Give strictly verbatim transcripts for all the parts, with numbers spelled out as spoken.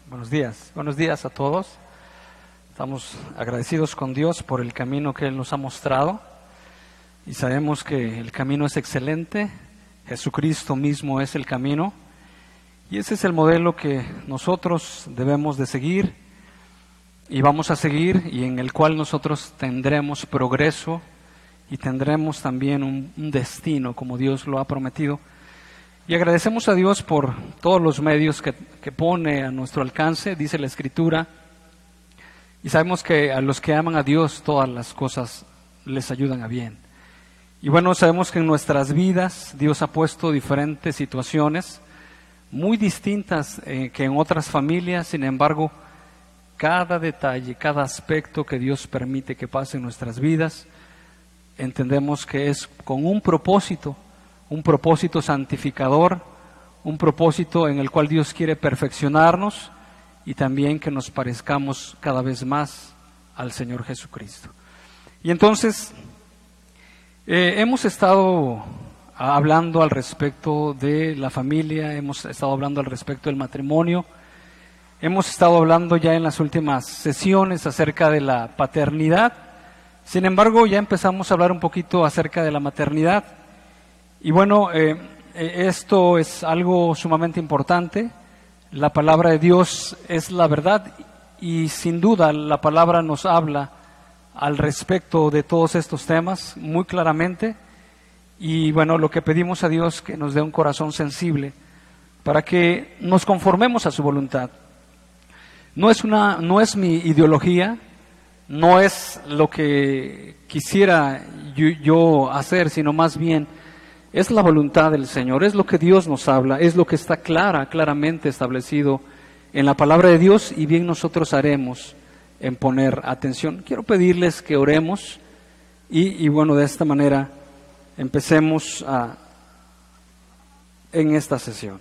Buenos días, buenos días a todos. Estamos agradecidos con Dios por el camino que Él nos ha mostrado y sabemos que el camino es excelente. Jesucristo mismo es el camino y ese es el modelo que nosotros debemos de seguir y vamos a seguir y en el cual nosotros tendremos progreso y tendremos también un, un destino como Dios lo ha prometido. Y agradecemos a Dios por todos los medios que, que pone a nuestro alcance, dice la Escritura, y sabemos que a los que aman a Dios todas las cosas les ayudan a bien. Y bueno, sabemos que en nuestras vidas Dios ha puesto diferentes situaciones muy distintas eh, que en otras familias, sin embargo, cada detalle, cada aspecto que Dios permite que pase en nuestras vidas, entendemos que es con un propósito, un propósito santificador, un propósito en el cual Dios quiere perfeccionarnos y también que nos parezcamos cada vez más al Señor Jesucristo. Y entonces, eh, hemos estado hablando al respecto de la familia, hemos estado hablando al respecto del matrimonio, hemos estado hablando ya en las últimas sesiones acerca de la paternidad, sin embargo ya empezamos a hablar un poquito acerca de la maternidad. Y bueno, eh, esto es algo sumamente importante. La palabra de Dios es la verdad y sin duda la palabra nos habla al respecto de todos estos temas muy claramente. Y bueno, lo que pedimos a Dios que nos dé un corazón sensible para que nos conformemos a su voluntad. No es una, no es mi ideología, no es lo que quisiera yo, yo hacer, sino más bien es la voluntad del Señor, es lo que Dios nos habla, es lo que está clara, claramente establecido en la palabra de Dios y bien nosotros haremos en poner atención. Quiero pedirles que oremos y, y bueno, de esta manera empecemos a, en esta sesión.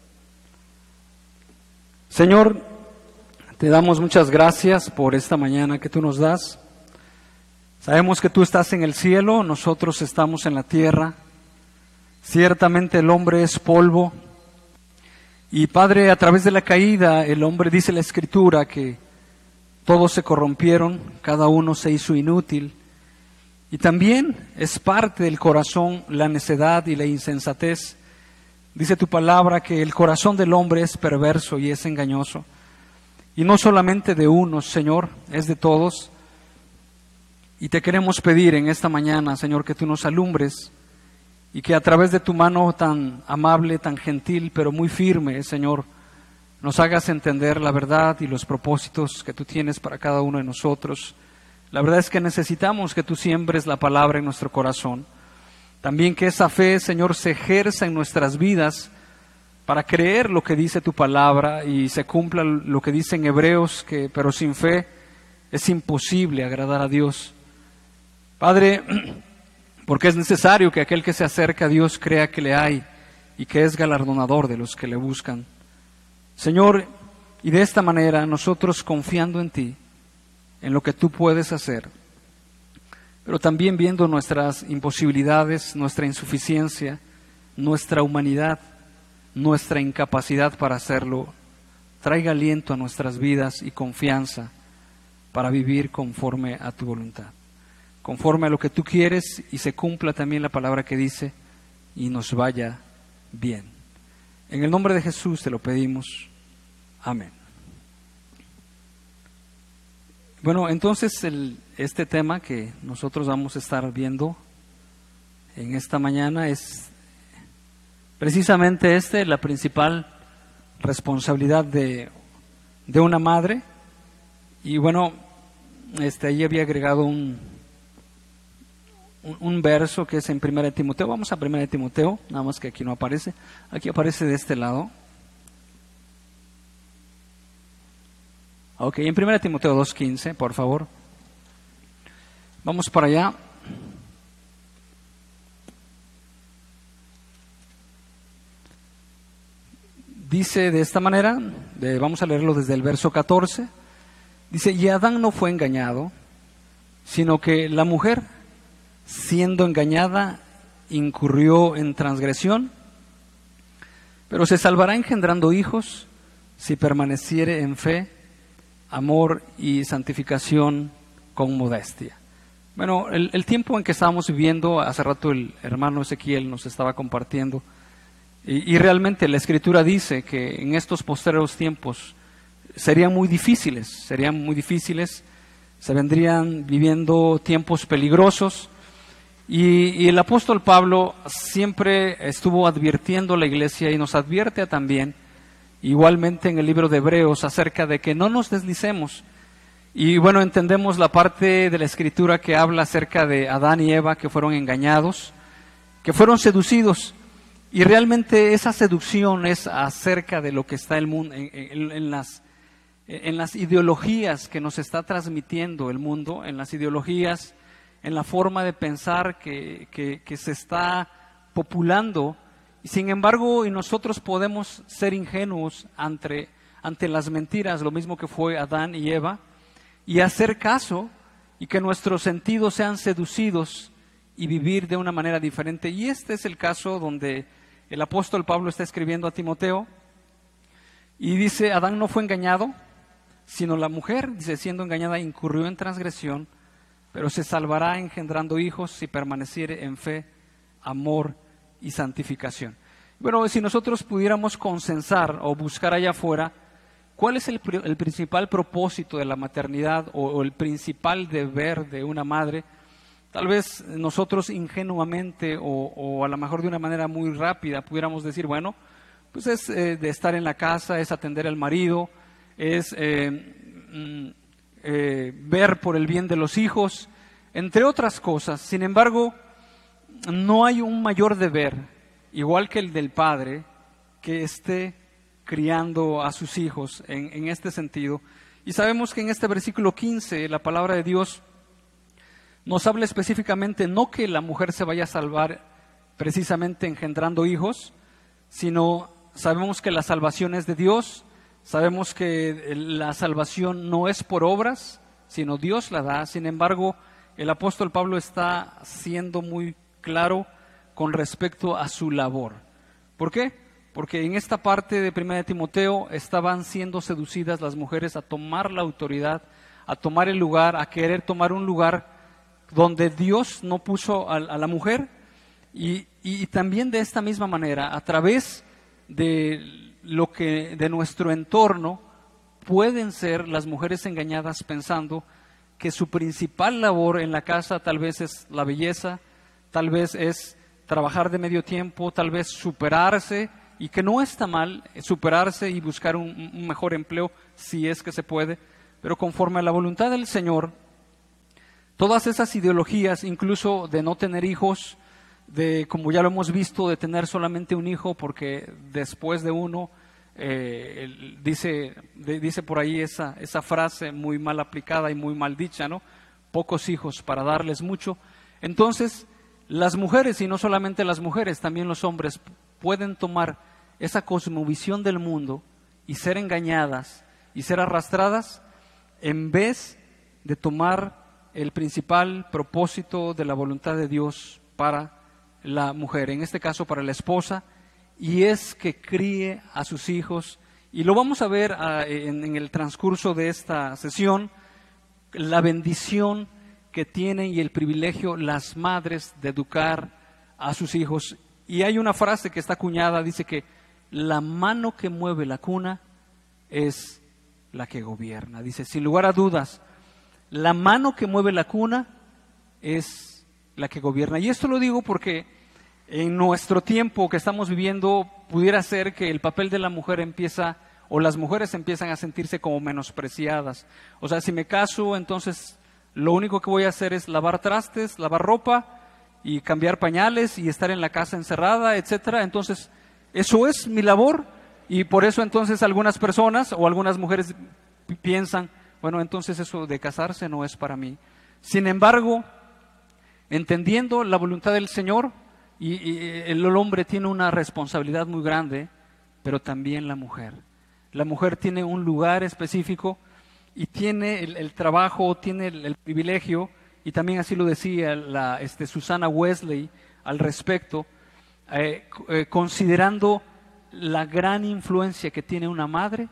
Señor, te damos muchas gracias por esta mañana que tú nos das. Sabemos que tú estás en el cielo, nosotros estamos en la tierra. Ciertamente el hombre es polvo y Padre, a través de la caída el hombre, dice la Escritura, que todos se corrompieron, cada uno se hizo inútil y también es parte del corazón la necedad y la insensatez. Dice tu palabra que el corazón del hombre es perverso y es engañoso y no solamente de unos, Señor, es de todos. Y te queremos pedir en esta mañana, Señor, que tú nos alumbres y que a través de tu mano tan amable, tan gentil, pero muy firme, Señor, nos hagas entender la verdad y los propósitos que tú tienes para cada uno de nosotros. La verdad es que necesitamos que tú siembres la palabra en nuestro corazón. También que esa fe, Señor, se ejerza en nuestras vidas para creer lo que dice tu palabra y se cumpla lo que dice en Hebreos, que pero sin fe es imposible agradar a Dios. Padre, porque es necesario que aquel que se acerca a Dios crea que le hay y que es galardonador de los que le buscan. Señor, y de esta manera nosotros confiando en ti, en lo que tú puedes hacer, pero también viendo nuestras imposibilidades, nuestra insuficiencia, nuestra humanidad, nuestra incapacidad para hacerlo, traiga aliento a nuestras vidas y confianza para vivir conforme a tu voluntad, conforme a lo que tú quieres y se cumpla también la palabra que dice y nos vaya bien. En el nombre de Jesús te lo pedimos. Amén. Bueno, entonces el, este tema que nosotros vamos a estar viendo en esta mañana es precisamente este, la principal responsabilidad de, de una madre. Y bueno, este, ahí había agregado un, un, un verso que es en Primera de Timoteo. Vamos a Primera de Timoteo, nada más que aquí no aparece. Aquí aparece de este lado. Ok, en Primera de Timoteo dos quince, por favor. Vamos para allá. Dice de esta manera, de, vamos a leerlo desde el verso catorce. Dice, y Adán no fue engañado, sino que la mujer, siendo engañada, incurrió en transgresión, pero se salvará engendrando hijos si permaneciere en fe, amor y santificación con modestia. Bueno, el, el tiempo en que estábamos viviendo, hace rato el hermano Ezequiel nos estaba compartiendo, y, y realmente la Escritura dice que en estos postreros tiempos serían muy difíciles, serían muy difíciles, se vendrían viviendo tiempos peligrosos, y, y el apóstol Pablo siempre estuvo advirtiendo a la iglesia y nos advierte también, igualmente en el libro de Hebreos, acerca de que no nos deslicemos. Y bueno, entendemos la parte de la Escritura que habla acerca de Adán y Eva, que fueron engañados, que fueron seducidos, y realmente esa seducción es acerca de lo que está el mundo, en, en, en las en las ideologías que nos está transmitiendo el mundo, en las ideologías, en la forma de pensar que, que, que se está populando. Y sin embargo, y nosotros podemos ser ingenuos ante, ante las mentiras, lo mismo que fue Adán y Eva, y hacer caso, y que nuestros sentidos sean seducidos y vivir de una manera diferente. Y este es el caso donde el apóstol Pablo está escribiendo a Timoteo, y dice, Adán no fue engañado, sino la mujer, dice, siendo engañada, incurrió en transgresión, pero se salvará engendrando hijos si permaneciere en fe, amor y santificación. Bueno, si nosotros pudiéramos consensar o buscar allá afuera, ¿cuál es el, el principal propósito de la maternidad o, o el principal deber de una madre? Tal vez nosotros ingenuamente o, o a lo mejor de una manera muy rápida pudiéramos decir, bueno, pues es eh, de estar en la casa, es atender al marido, es eh, eh, ver por el bien de los hijos, entre otras cosas. Sin embargo, no hay un mayor deber, igual que el del padre, que esté criando a sus hijos en, en este sentido. Y sabemos que en este versículo quince, la palabra de Dios nos habla específicamente no que la mujer se vaya a salvar precisamente engendrando hijos, sino sabemos que la salvación es de Dios. Sabemos que la salvación no es por obras, sino Dios la da. Sin embargo, el apóstol Pablo está siendo muy claro con respecto a su labor. ¿Por qué? Porque en esta parte de primera de Timoteo estaban siendo seducidas las mujeres a tomar la autoridad, a tomar el lugar, a querer tomar un lugar donde Dios no puso a, a la mujer. Y, y también de esta misma manera, a través de lo que de nuestro entorno pueden ser las mujeres engañadas pensando que su principal labor en la casa tal vez es la belleza, tal vez es trabajar de medio tiempo, tal vez superarse, y que no está mal superarse y buscar un, un mejor empleo si es que se puede, pero conforme a la voluntad del Señor, todas esas ideologías, incluso de no tener hijos, de, como ya lo hemos visto, de tener solamente un hijo, porque después de uno, eh, dice, de, dice por ahí esa, esa frase muy mal aplicada y muy mal dicha, ¿no? Pocos hijos para darles mucho. Entonces, las mujeres, y no solamente las mujeres, también los hombres, pueden tomar esa cosmovisión del mundo y ser engañadas y ser arrastradas en vez de tomar el principal propósito de la voluntad de Dios para la mujer, en este caso para la esposa, y es que críe a sus hijos. Y lo vamos a ver uh, en, en el transcurso de esta sesión, la bendición que tienen y el privilegio las madres de educar a sus hijos. Y hay una frase que está acuñada, dice que la mano que mueve la cuna es la que gobierna. Dice, sin lugar a dudas, la mano que mueve la cuna es la que gobierna. Y esto lo digo porque en nuestro tiempo que estamos viviendo pudiera ser que el papel de la mujer empieza, o las mujeres empiezan a sentirse como menospreciadas. O sea, si me caso, entonces lo único que voy a hacer es lavar trastes, lavar ropa y cambiar pañales y estar en la casa encerrada, etcétera. Entonces, eso es mi labor, y por eso entonces algunas personas o algunas mujeres piensan, bueno, entonces eso de casarse no es para mí. Sin embargo, entendiendo la voluntad del Señor, y, y el hombre tiene una responsabilidad muy grande, pero también la mujer. La mujer tiene un lugar específico y tiene el, el trabajo, tiene el, el privilegio, y también así lo decía la, este, Susana Wesley al respecto, eh, eh, considerando la gran influencia que tiene una madre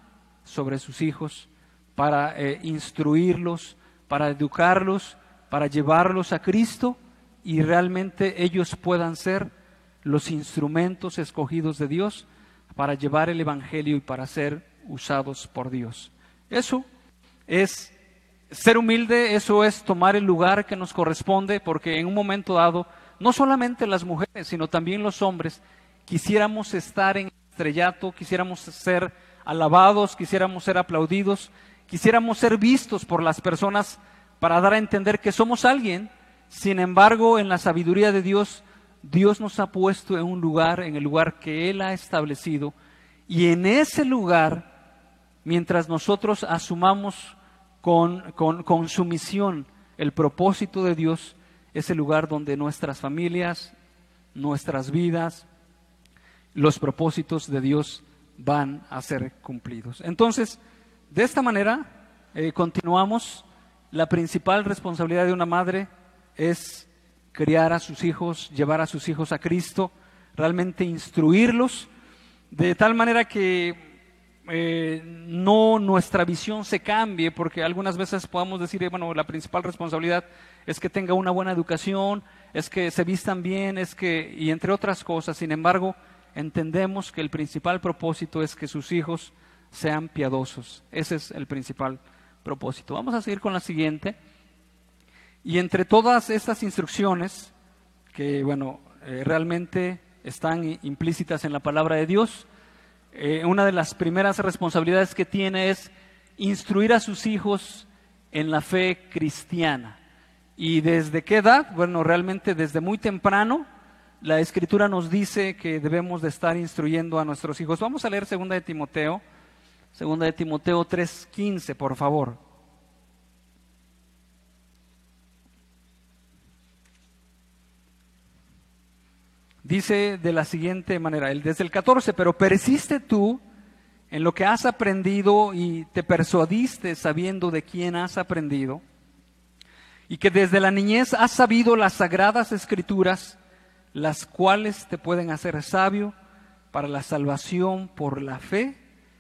sobre sus hijos, para eh, instruirlos, para educarlos, para llevarlos a Cristo y realmente ellos puedan ser los instrumentos escogidos de Dios para llevar el Evangelio y para ser usados por Dios. Eso es ser humilde, eso es tomar el lugar que nos corresponde, porque en un momento dado, no solamente las mujeres, sino también los hombres, quisiéramos estar en estrellato, quisiéramos ser alabados, quisiéramos ser aplaudidos, quisiéramos ser vistos por las personas para dar a entender que somos alguien. Sin embargo, en la sabiduría de Dios, Dios nos ha puesto en un lugar, en el lugar que Él ha establecido, y en ese lugar, mientras nosotros asumamos con, con, con sumisión el propósito de Dios, es el lugar donde nuestras familias, nuestras vidas, los propósitos de Dios van a ser cumplidos. Entonces, de esta manera, eh, continuamos. La principal responsabilidad de una madre es criar a sus hijos, llevar a sus hijos a Cristo, realmente instruirlos, de tal manera que eh, no nuestra visión se cambie, porque algunas veces podamos decir, eh, bueno, la principal responsabilidad es que tenga una buena educación, es que se vistan bien, es que, y entre otras cosas. Sin embargo, entendemos que el principal propósito es que sus hijos sean piadosos. Ese es el principal propósito. Vamos a seguir con la siguiente. Y entre todas estas instrucciones, que bueno, eh, realmente están implícitas en la palabra de Dios, eh, una de las primeras responsabilidades que tiene es instruir a sus hijos en la fe cristiana. ¿Y desde qué edad? Bueno, realmente desde muy temprano. La Escritura nos dice que debemos de estar instruyendo a nuestros hijos. Vamos a leer segunda de Timoteo, segunda de Timoteo tres quince, por favor. Dice de la siguiente manera, el, desde el catorce, pero persiste tú en lo que has aprendido y te persuadiste sabiendo de quién has aprendido, y que desde la niñez has sabido las sagradas Escrituras, las cuales te pueden hacer sabio para la salvación por la fe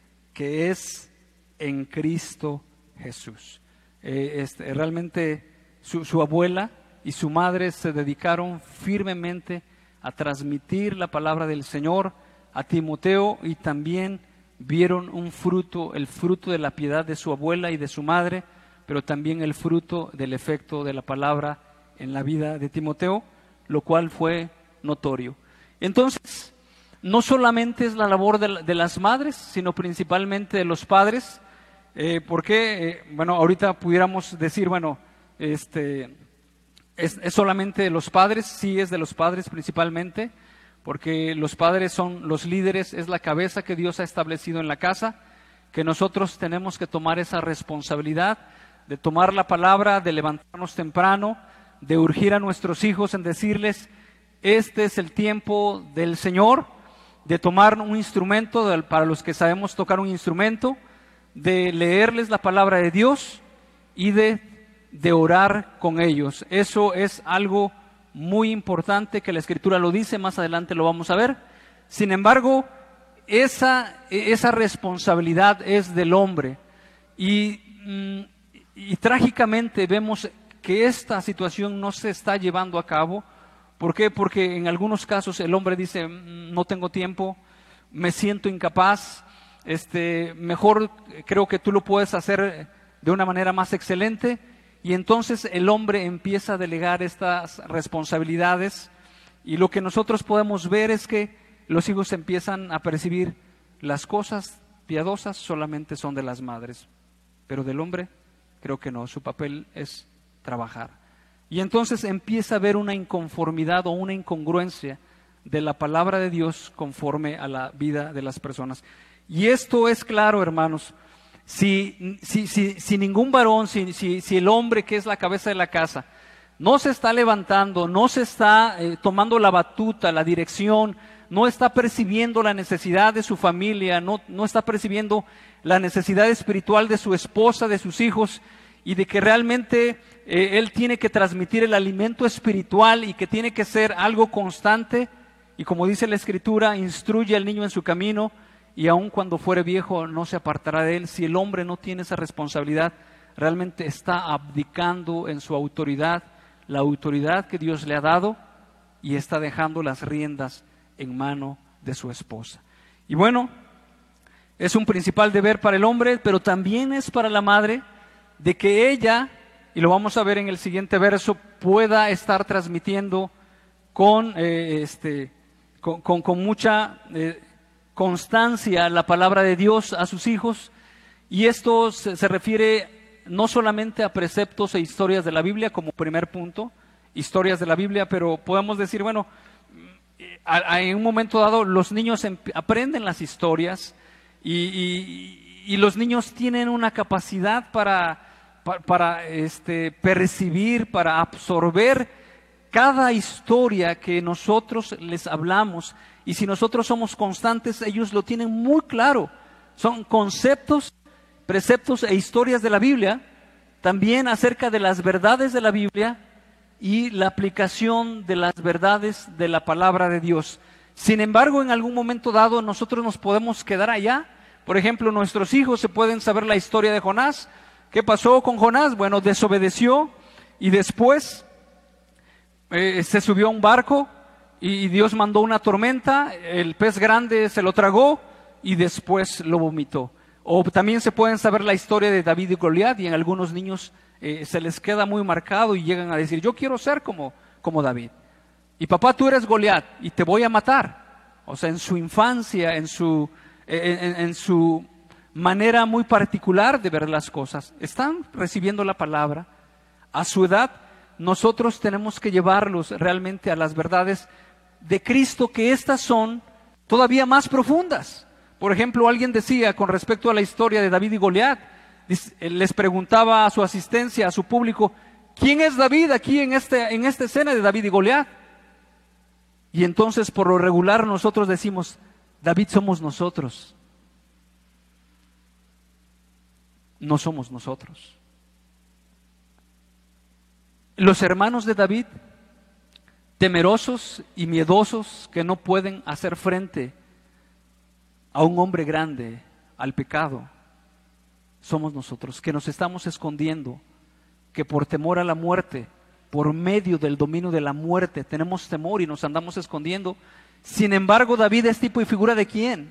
que es en Cristo Jesús. Eh, este, realmente su, su abuela y su madre se dedicaron firmemente a transmitir la palabra del Señor a Timoteo, y también vieron un fruto, el fruto de la piedad de su abuela y de su madre, pero también el fruto del efecto de la palabra en la vida de Timoteo, lo cual fue notorio. Entonces, no solamente es la labor de, de las madres, sino principalmente de los padres, eh, porque, eh, bueno, ahorita pudiéramos decir, bueno, este, es, es solamente de los padres. Sí, es de los padres principalmente, porque los padres son los líderes, es la cabeza que Dios ha establecido en la casa, que nosotros tenemos que tomar esa responsabilidad de tomar la palabra, de levantarnos temprano, de urgir a nuestros hijos en decirles, este es el tiempo del Señor, de tomar un instrumento, de, para los que sabemos tocar un instrumento, de leerles la palabra de Dios y de, de orar con ellos. Eso es algo muy importante que la Escritura lo dice, más adelante lo vamos a ver. Sin embargo, esa, esa responsabilidad es del hombre, y, y, y trágicamente vemos que esta situación no se está llevando a cabo. ¿Por qué? Porque en algunos casos el hombre dice, no tengo tiempo, me siento incapaz, este, mejor creo que tú lo puedes hacer de una manera más excelente, y entonces el hombre empieza a delegar estas responsabilidades, y lo que nosotros podemos ver es que los hijos empiezan a percibir las cosas piadosas solamente son de las madres, pero del hombre creo que no, su papel es trabajar. Y entonces empieza a haber una inconformidad o una incongruencia de la palabra de Dios conforme a la vida de las personas. Y esto es claro, hermanos, si, si, si, si ningún varón, si, si, si el hombre que es la cabeza de la casa no se está levantando, no se está eh, tomando la batuta, la dirección, no está percibiendo la necesidad de su familia, no, no está percibiendo la necesidad espiritual de su esposa, de sus hijos, y de que realmente eh, él tiene que transmitir el alimento espiritual y que tiene que ser algo constante, y como dice la Escritura, instruye al niño en su camino, y aun cuando fuere viejo no se apartará de él. Si el hombre no tiene esa responsabilidad, realmente está abdicando en su autoridad, la autoridad que Dios le ha dado, y está dejando las riendas en mano de su esposa. Y bueno, es un principal deber para el hombre, pero también es para la madre, de que ella, y lo vamos a ver en el siguiente verso, pueda estar transmitiendo con, eh, este, con, con, con mucha eh, constancia la palabra de Dios a sus hijos. Y esto se, se refiere no solamente a preceptos e historias de la Biblia como primer punto, historias de la Biblia, pero podemos decir, bueno, a, a, en un momento dado los niños aprenden las historias y, y, y los niños tienen una capacidad para, para, para este, percibir, para absorber cada historia que nosotros les hablamos, y si nosotros somos constantes, ellos lo tienen muy claro. Son conceptos, preceptos e historias de la Biblia, también acerca de las verdades de la Biblia y la aplicación de las verdades de la palabra de Dios. Sin embargo, en algún momento dado nosotros nos podemos quedar allá. Por ejemplo, nuestros hijos se pueden saber la historia de Jonás. ¿Qué pasó con Jonás? Bueno, desobedeció y después eh, se subió a un barco y Dios mandó una tormenta, el pez grande se lo tragó y después lo vomitó. O también se pueden saber la historia de David y Goliat, y en algunos niños eh, se les queda muy marcado y llegan a decir, yo quiero ser como, como David. Y papá, tú eres Goliat y te voy a matar. O sea, en su infancia, en su, en, en su manera muy particular de ver las cosas, están recibiendo la palabra. A su edad, nosotros tenemos que llevarlos realmente a las verdades de Cristo, que estas son todavía más profundas. Por ejemplo, alguien decía con respecto a la historia de David y Goliat, les preguntaba a su asistencia, a su público, ¿quién es David aquí en, este, en esta escena de David y Goliat? Y entonces por lo regular nosotros decimos, David somos nosotros. No somos nosotros. Los hermanos de David, temerosos y miedosos, que no pueden hacer frente a un hombre grande, al pecado, somos nosotros, que nos estamos escondiendo, que por temor a la muerte, por medio del dominio de la muerte, tenemos temor y nos andamos escondiendo. Sin embargo, David es tipo y figura ¿de quién?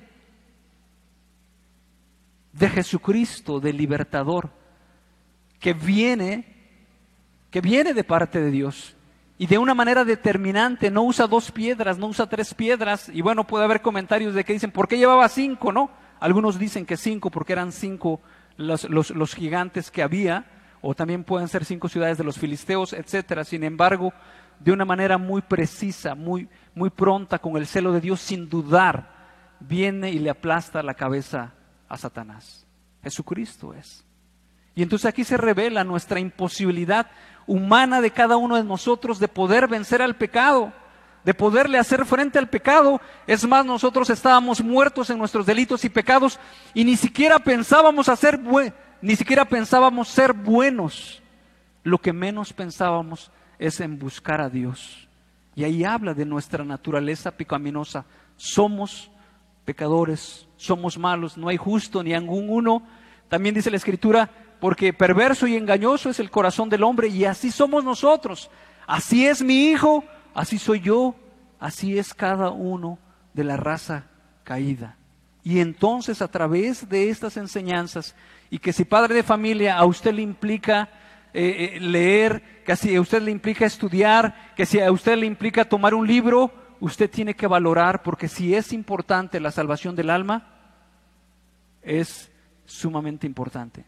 De Jesucristo, del libertador, que viene, que viene de parte de Dios. Y de una manera determinante, no usa dos piedras, no usa tres piedras. Y bueno, puede haber comentarios de que dicen, ¿por qué llevaba cinco? ¿No? Algunos dicen que cinco, porque eran cinco los, los, los gigantes que había, o también pueden ser cinco ciudades de los filisteos, etcétera. Sin embargo, de una manera muy precisa, muy, muy pronta, con el celo de Dios, sin dudar, viene y le aplasta la cabeza a Satanás. Jesucristo es. Y entonces aquí se revela nuestra imposibilidad humana de cada uno de nosotros de poder vencer al pecado, de poderle hacer frente al pecado. Es más, nosotros estábamos muertos en nuestros delitos y pecados y ni siquiera pensábamos hacer buen, ni siquiera pensábamos ser buenos. Lo que menos pensábamos es en buscar a Dios. Y ahí habla de nuestra naturaleza pecaminosa. Somos pecadores, somos malos, no hay justo ni ningún uno. También dice la Escritura, porque perverso y engañoso es el corazón del hombre, y así somos nosotros. Así es mi hijo, así soy yo, así es cada uno de la raza caída. Y entonces, a través de estas enseñanzas, y que si padre de familia a usted le implica eh, eh, leer, que si a usted le implica estudiar, que si a usted le implica tomar un libro, usted tiene que valorar, porque si es importante la salvación del alma, es sumamente importante.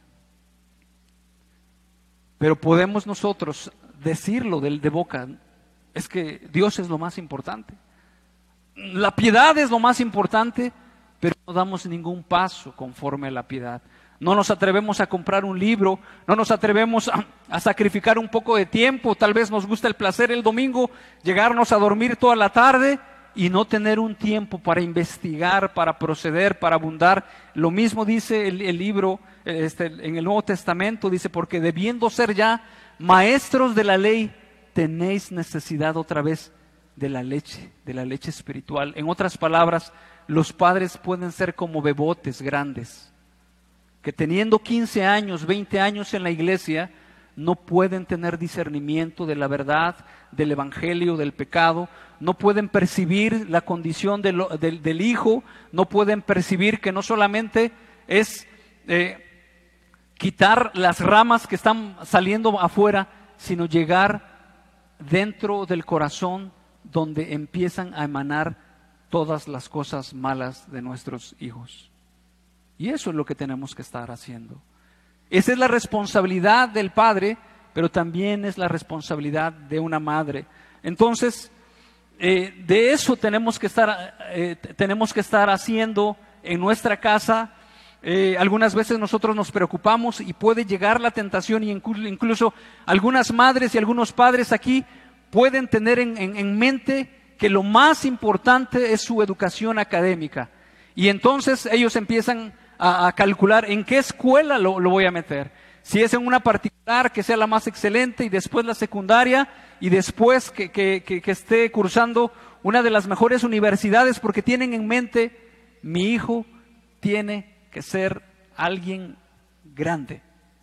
Pero podemos nosotros decirlo de, de boca, es que Dios es lo más importante. La piedad es lo más importante, pero no damos ningún paso conforme a la piedad. No nos atrevemos a comprar un libro, no nos atrevemos a, a sacrificar un poco de tiempo. Tal vez nos gusta el placer el domingo, llegarnos a dormir toda la tarde y no tener un tiempo para investigar, para proceder, para abundar. Lo mismo dice el, el libro este, en el Nuevo Testamento, dice, porque debiendo ser ya maestros de la ley, tenéis necesidad otra vez de la leche, de la leche espiritual. En otras palabras, los padres pueden ser como bebotes grandes, que teniendo quince años, veinte años en la iglesia, no pueden tener discernimiento de la verdad, del evangelio, del pecado, no pueden percibir la condición de lo, del, del hijo, no pueden percibir que no solamente es eh, quitar las ramas que están saliendo afuera, sino llegar dentro del corazón donde empiezan a emanar todas las cosas malas de nuestros hijos. Y eso es lo que tenemos que estar haciendo. Esa es la responsabilidad del padre, pero también es la responsabilidad de una madre. Entonces, eh, de eso tenemos que estar, eh, tenemos que estar haciendo en nuestra casa. Eh, algunas veces nosotros nos preocupamos y puede llegar la tentación, y incluso, incluso algunas madres y algunos padres aquí pueden tener en, en, en mente que lo más importante es su educación académica. Y entonces ellos empiezan a, a calcular en qué escuela lo, lo voy a meter. Si es en una particular, que sea la más excelente, y después la secundaria, y después que, que, que, que esté cursando una de las mejores universidades, porque tienen en mente, mi hijo tiene que ser alguien grande.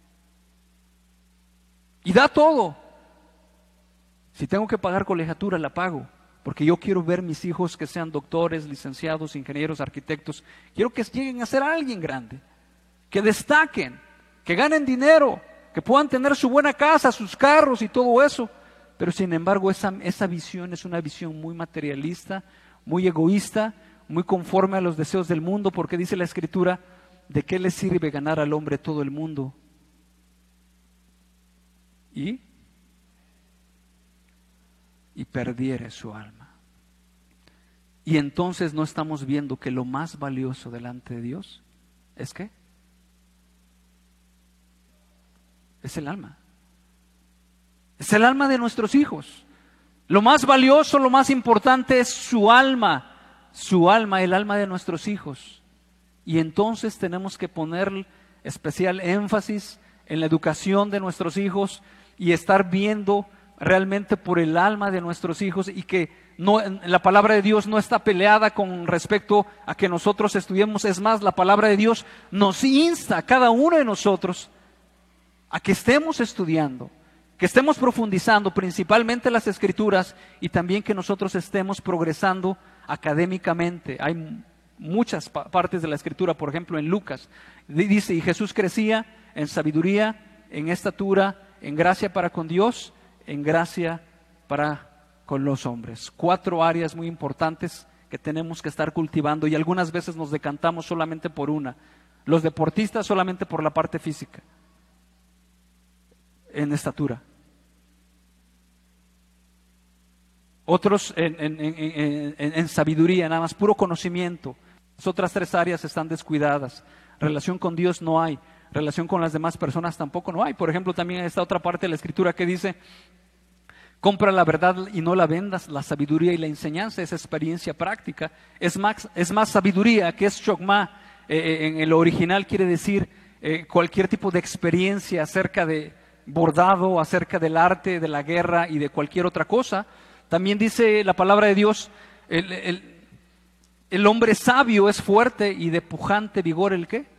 Y da todo. Si tengo que pagar colegiatura, la pago, porque yo quiero ver mis hijos que sean doctores, licenciados, ingenieros, arquitectos. Quiero que lleguen a ser alguien grande, que destaquen, que ganen dinero, que puedan tener su buena casa, sus carros y todo eso. Pero sin embargo, esa, esa visión es una visión muy materialista, muy egoísta, muy conforme a los deseos del mundo, porque dice la Escritura, ¿de qué le sirve ganar al hombre todo el mundo? Y, y perdiere su alma. Y entonces no estamos viendo que lo más valioso delante de Dios es ¿qué? Es el alma. Es el alma de nuestros hijos. Lo más valioso, lo más importante es su alma. Su alma, el alma de nuestros hijos. Y entonces tenemos que poner especial énfasis en la educación de nuestros hijos y estar viendo realmente por el alma de nuestros hijos, y que no, la palabra de Dios no está peleada con respecto a que nosotros estudiemos. Es más, la palabra de Dios nos insta a cada uno de nosotros a que estemos estudiando, que estemos profundizando principalmente las Escrituras, y también que nosotros estemos progresando académicamente. Hay muchas pa- partes de la Escritura, por ejemplo en Lucas, dice, y Jesús crecía en sabiduría, en estatura, en gracia para con Dios, en gracia para con los hombres. Cuatro áreas muy importantes que tenemos que estar cultivando, y algunas veces nos decantamos solamente por una. Los deportistas solamente por la parte física, en estatura. Otros en, en, en, en, en sabiduría, nada más, puro conocimiento. Las otras tres áreas están descuidadas. Relación con Dios no hay. Relación con las demás personas tampoco no hay. Por ejemplo, también esta otra parte de la Escritura que dice, compra la verdad y no la vendas, la sabiduría y la enseñanza, esa experiencia práctica. Es más, es más sabiduría, que es chokmah, eh, en el original quiere decir eh, cualquier tipo de experiencia acerca de bordado, acerca del arte, de la guerra y de cualquier otra cosa. También dice la palabra de Dios, el, el, el hombre sabio es fuerte y de pujante vigor, ¿el qué?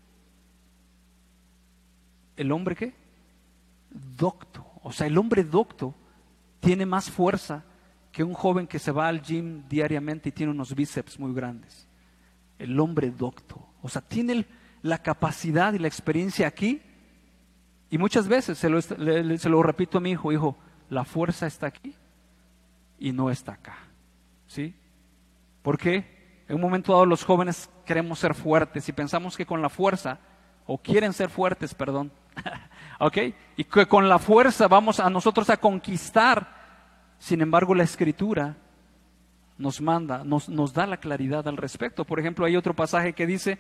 ¿El hombre qué? Docto. O sea, el hombre docto tiene más fuerza que un joven que se va al gym diariamente y tiene unos bíceps muy grandes. El hombre docto. O sea, tiene el, la capacidad y la experiencia aquí. Y muchas veces, se lo, le, se lo repito a mi hijo, hijo, la fuerza está aquí y no está acá. ¿Sí? ¿Por qué? En un momento dado los jóvenes queremos ser fuertes y pensamos que con la fuerza, o quieren ser fuertes, perdón, ¿ok? Y que con la fuerza vamos a nosotros a conquistar. Sin embargo, la Escritura nos manda, nos, nos da la claridad al respecto. Por ejemplo, hay otro pasaje que dice,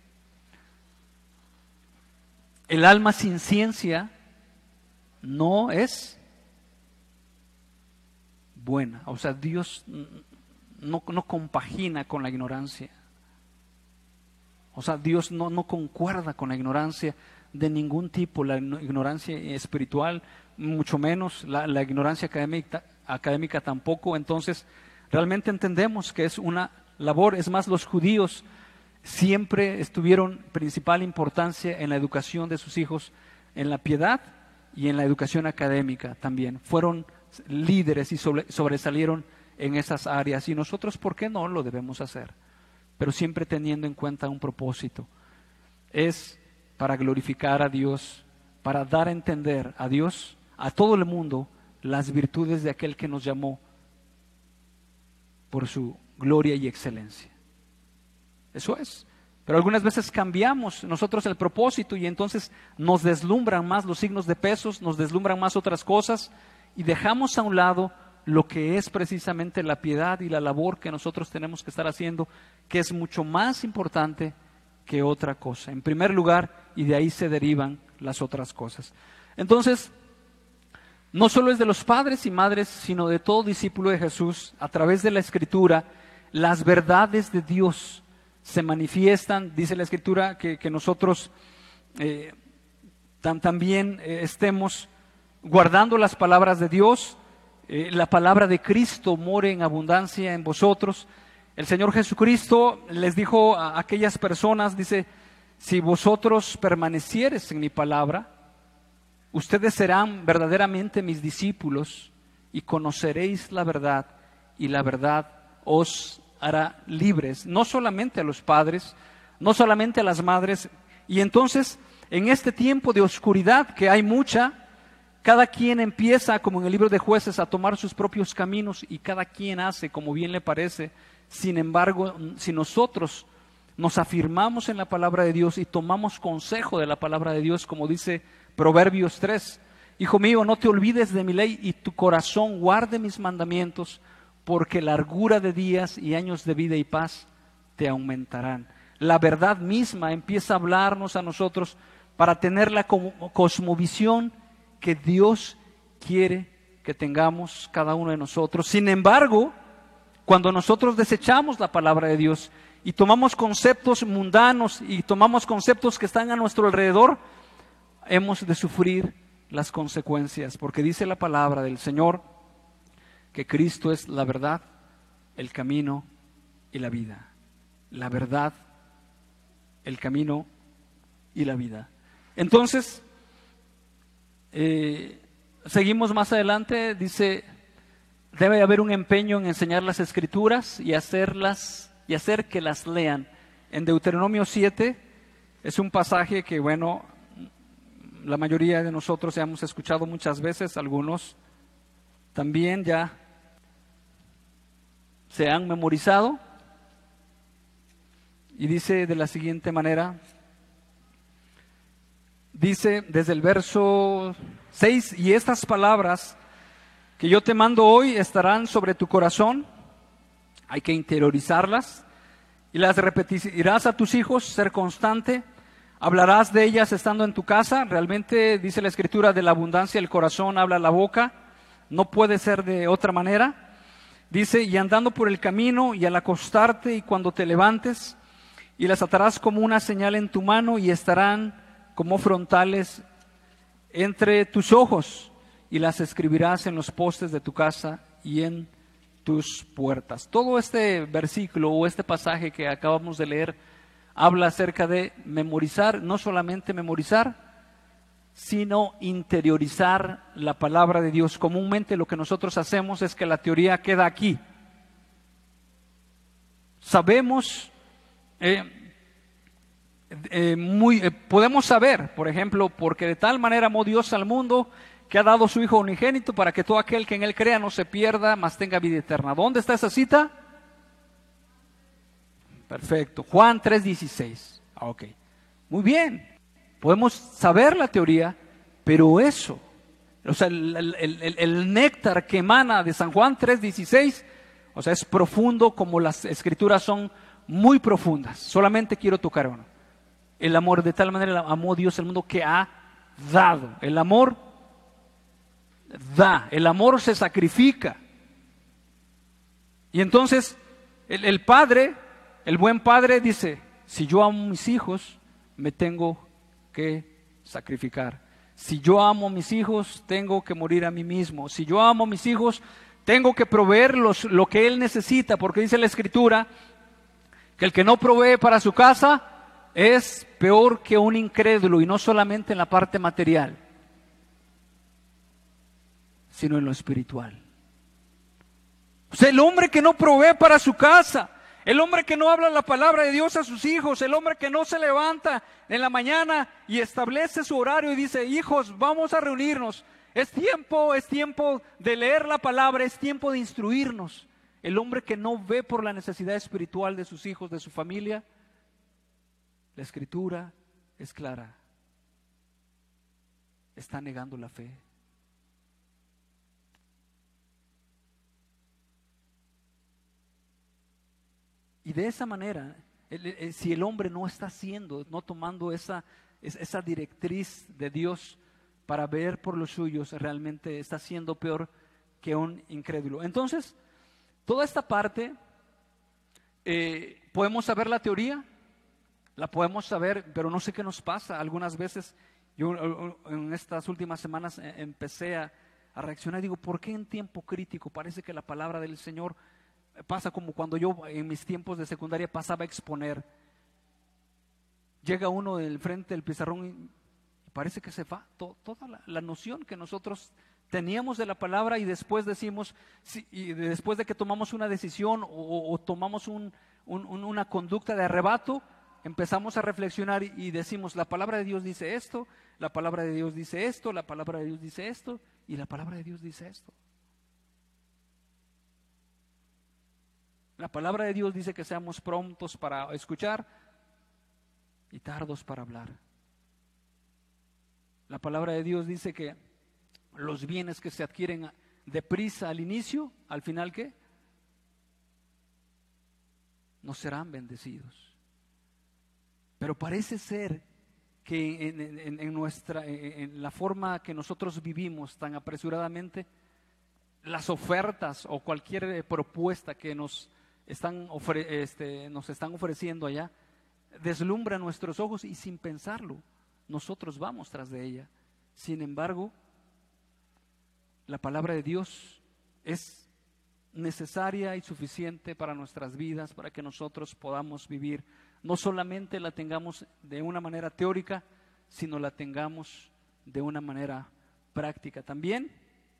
el alma sin ciencia no es buena. O sea, Dios no, no compagina con la ignorancia. O sea, Dios no, no concuerda con la ignorancia de ningún tipo, la ignorancia espiritual, mucho menos la, la ignorancia académica, académica tampoco. Entonces, realmente entendemos que es una labor. Es más, los judíos siempre estuvieron principal importancia en la educación de sus hijos, en la piedad y en la educación académica también. Fueron líderes y sobre, sobresalieron en esas áreas. Y nosotros, ¿por qué no lo debemos hacer? Pero siempre teniendo en cuenta un propósito. Es para glorificar a Dios, para dar a entender a Dios, a todo el mundo, las virtudes de aquel que nos llamó por su gloria y excelencia. Eso es. Pero algunas veces cambiamos nosotros el propósito y entonces nos deslumbran más los signos de pesos, nos deslumbran más otras cosas y dejamos a un lado lo que es precisamente la piedad y la labor que nosotros tenemos que estar haciendo, que es mucho más importante que otra cosa. En primer lugar, y de ahí se derivan las otras cosas. Entonces, no solo es de los padres y madres, sino de todo discípulo de Jesús, a través de la Escritura, las verdades de Dios se manifiestan. Dice la Escritura que, que nosotros eh, tam, también eh, estemos guardando las palabras de Dios, eh, la palabra de Cristo more en abundancia en vosotros. El Señor Jesucristo les dijo a aquellas personas, dice, si vosotros permaneciereis en mi palabra, ustedes serán verdaderamente mis discípulos y conoceréis la verdad, y la verdad os hará libres, no solamente a los padres, no solamente a las madres. Y entonces, en este tiempo de oscuridad, que hay mucha, cada quien empieza, como en el libro de Jueces, a tomar sus propios caminos, y cada quien hace como bien le parece. Sin embargo, si nosotros nos afirmamos en la palabra de Dios y tomamos consejo de la palabra de Dios, como dice Proverbios tres, hijo mío, no te olvides de mi ley y tu corazón guarde mis mandamientos, porque largura de días y años de vida y paz te aumentarán. La verdad misma empieza a hablarnos a nosotros para tener la cosmovisión que Dios quiere que tengamos cada uno de nosotros. Sin embargo, cuando nosotros desechamos la palabra de Dios y tomamos conceptos mundanos y tomamos conceptos que están a nuestro alrededor, hemos de sufrir las consecuencias, porque dice la palabra del Señor que Cristo es la verdad, el camino y la vida. La verdad, el camino y la vida. Entonces, eh, seguimos más adelante, dice, debe haber un empeño en enseñar las Escrituras y hacerlas y hacer que las lean. En Deuteronomio siete es un pasaje que, bueno, la mayoría de nosotros ya hemos escuchado muchas veces, algunos también ya se han memorizado, y dice de la siguiente manera, dice desde el verso seis, y estas palabras que yo te mando hoy estarán sobre tu corazón, hay que interiorizarlas, y las repetirás a tus hijos, ser constante, hablarás de ellas estando en tu casa. Realmente dice la Escritura, de la abundancia del corazón habla la boca, no puede ser de otra manera. Dice, y andando por el camino y al acostarte y cuando te levantes, y las atarás como una señal en tu mano y estarán como frontales entre tus ojos, y las escribirás en los postes de tu casa y en tus puertas. Todo este versículo o este pasaje que acabamos de leer habla acerca de memorizar, no solamente memorizar, sino interiorizar la palabra de Dios. Comúnmente lo que nosotros hacemos es que la teoría queda aquí. Sabemos, eh, eh, muy, eh, podemos saber, por ejemplo, porque de tal manera amó Dios al mundo que ha dado su Hijo unigénito para que todo aquel que en Él crea no se pierda, mas tenga vida eterna. ¿Dónde está esa cita? Perfecto, Juan tres dieciséis. Ah, ok, muy bien. Podemos saber la teoría, pero eso, o sea, el, el, el, el néctar que emana de San Juan tres dieciséis, o sea, es profundo, como las Escrituras son muy profundas. Solamente quiero tocar uno. El amor, de tal manera amó Dios al mundo que ha dado. El amor da, el amor se sacrifica. Y entonces el, el padre, el buen padre dice, si yo amo a mis hijos, me tengo que sacrificar. Si yo amo a mis hijos, tengo que morir a mí mismo. Si yo amo a mis hijos, tengo que proveer los, lo que él necesita, porque dice la Escritura que el que no provee para su casa es peor que un incrédulo, y no solamente en la parte material, sino en lo espiritual. O sea, el hombre que no provee para su casa, el hombre que no habla la palabra de Dios a sus hijos, el hombre que no se levanta en la mañana y establece su horario y dice, hijos, vamos a reunirnos, es tiempo, es tiempo de leer la palabra, es tiempo de instruirnos. El hombre que no ve por la necesidad espiritual de sus hijos, de su familia, la Escritura es clara, está negando la fe. Y de esa manera, si el hombre no está haciendo, no tomando esa, esa directriz de Dios para ver por los suyos, realmente está siendo peor que un incrédulo. Entonces, toda esta parte, eh, podemos saber la teoría, la podemos saber, pero no sé qué nos pasa. Algunas veces, yo en estas últimas semanas empecé a, a reaccionar y digo, ¿por qué en tiempo crítico parece que la palabra del Señor pasa como cuando yo en mis tiempos de secundaria pasaba a exponer? Llega uno del frente del pizarrón y parece que se va to, toda la, la noción que nosotros teníamos de la palabra, y después decimos, sí, y después de que tomamos una decisión o, o tomamos un, un, una conducta de arrebato, empezamos a reflexionar y, y decimos, la palabra de Dios dice esto, la palabra de Dios dice esto, la palabra de Dios dice esto, y la palabra de Dios dice esto. La palabra de Dios dice que seamos prontos para escuchar y tardos para hablar. La palabra de Dios dice que los bienes que se adquieren deprisa al inicio, al final, ¿qué? No serán bendecidos. Pero parece ser que en, en, en nuestra, en la forma que nosotros vivimos tan apresuradamente, las ofertas o cualquier propuesta que nos están, ofre, este, nos están ofreciendo allá, deslumbra nuestros ojos y sin pensarlo, nosotros vamos tras de ella. Sin embargo, la palabra de Dios es necesaria y suficiente para nuestras vidas, para que nosotros podamos vivir. No solamente la tengamos de una manera teórica, sino la tengamos de una manera práctica también.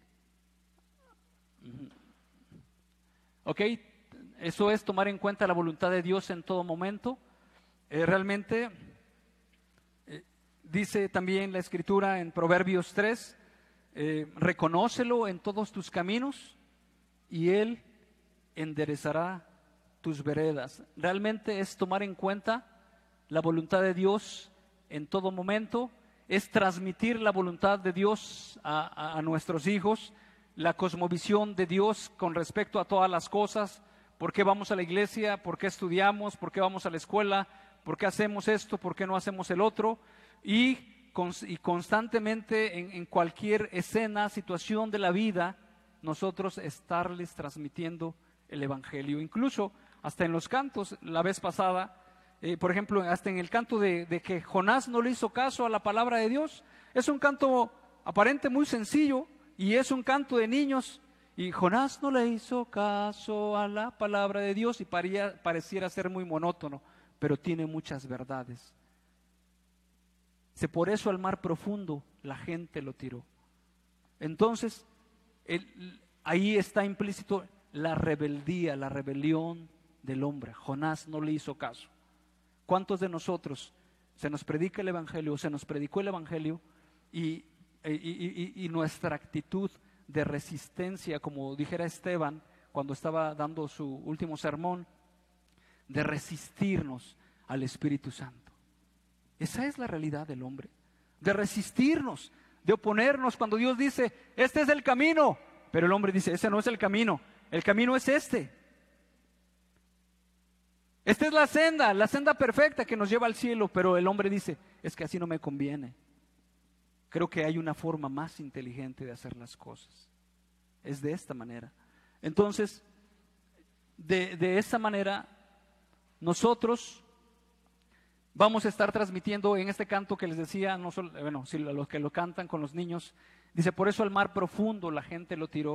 Ok, eso es tomar en cuenta la voluntad de Dios en todo momento. Eh, realmente, eh, dice también la Escritura en Proverbios tres, eh, reconócelo en todos tus caminos y Él enderezará tus veredas. Realmente es tomar en cuenta la voluntad de Dios en todo momento, es transmitir la voluntad de Dios a, a, a nuestros hijos, la cosmovisión de Dios con respecto a todas las cosas. ¿Por qué vamos a la iglesia? ¿Por qué estudiamos? ¿Por qué vamos a la escuela? ¿Por qué hacemos esto? ¿Por qué no hacemos el otro? Y, y constantemente en, en cualquier escena, situación de la vida, nosotros estarles transmitiendo el Evangelio. Incluso hasta en los cantos, la vez pasada, eh, por ejemplo, hasta en el canto de, de que Jonás no le hizo caso a la palabra de Dios, es un canto aparente muy sencillo y es un canto de niños, y Jonás no le hizo caso a la palabra de Dios y paría, pareciera ser muy monótono, pero tiene muchas verdades. Por eso al mar profundo la gente lo tiró. Entonces, el, ahí está implícito la rebeldía, la rebelión del hombre. Jonás no le hizo caso. ¿Cuántos de nosotros se nos predica el Evangelio, se nos predicó el Evangelio y, y, y, y nuestra actitud de resistencia, como dijera Esteban cuando estaba dando su último sermón, de resistirnos al Espíritu Santo? Esa es la realidad del hombre, de resistirnos, de oponernos cuando Dios dice, este es el camino, pero el hombre dice, ese no es el camino, el camino es este. Esta es la senda, la senda perfecta que nos lleva al cielo, pero el hombre dice, es que así no me conviene. Creo que hay una forma más inteligente de hacer las cosas. Es de esta manera. Entonces, de, de esa manera, nosotros vamos a estar transmitiendo en este canto que les decía, no solo, bueno, si los que lo cantan con los niños, dice, por eso al mar profundo la gente lo tiró,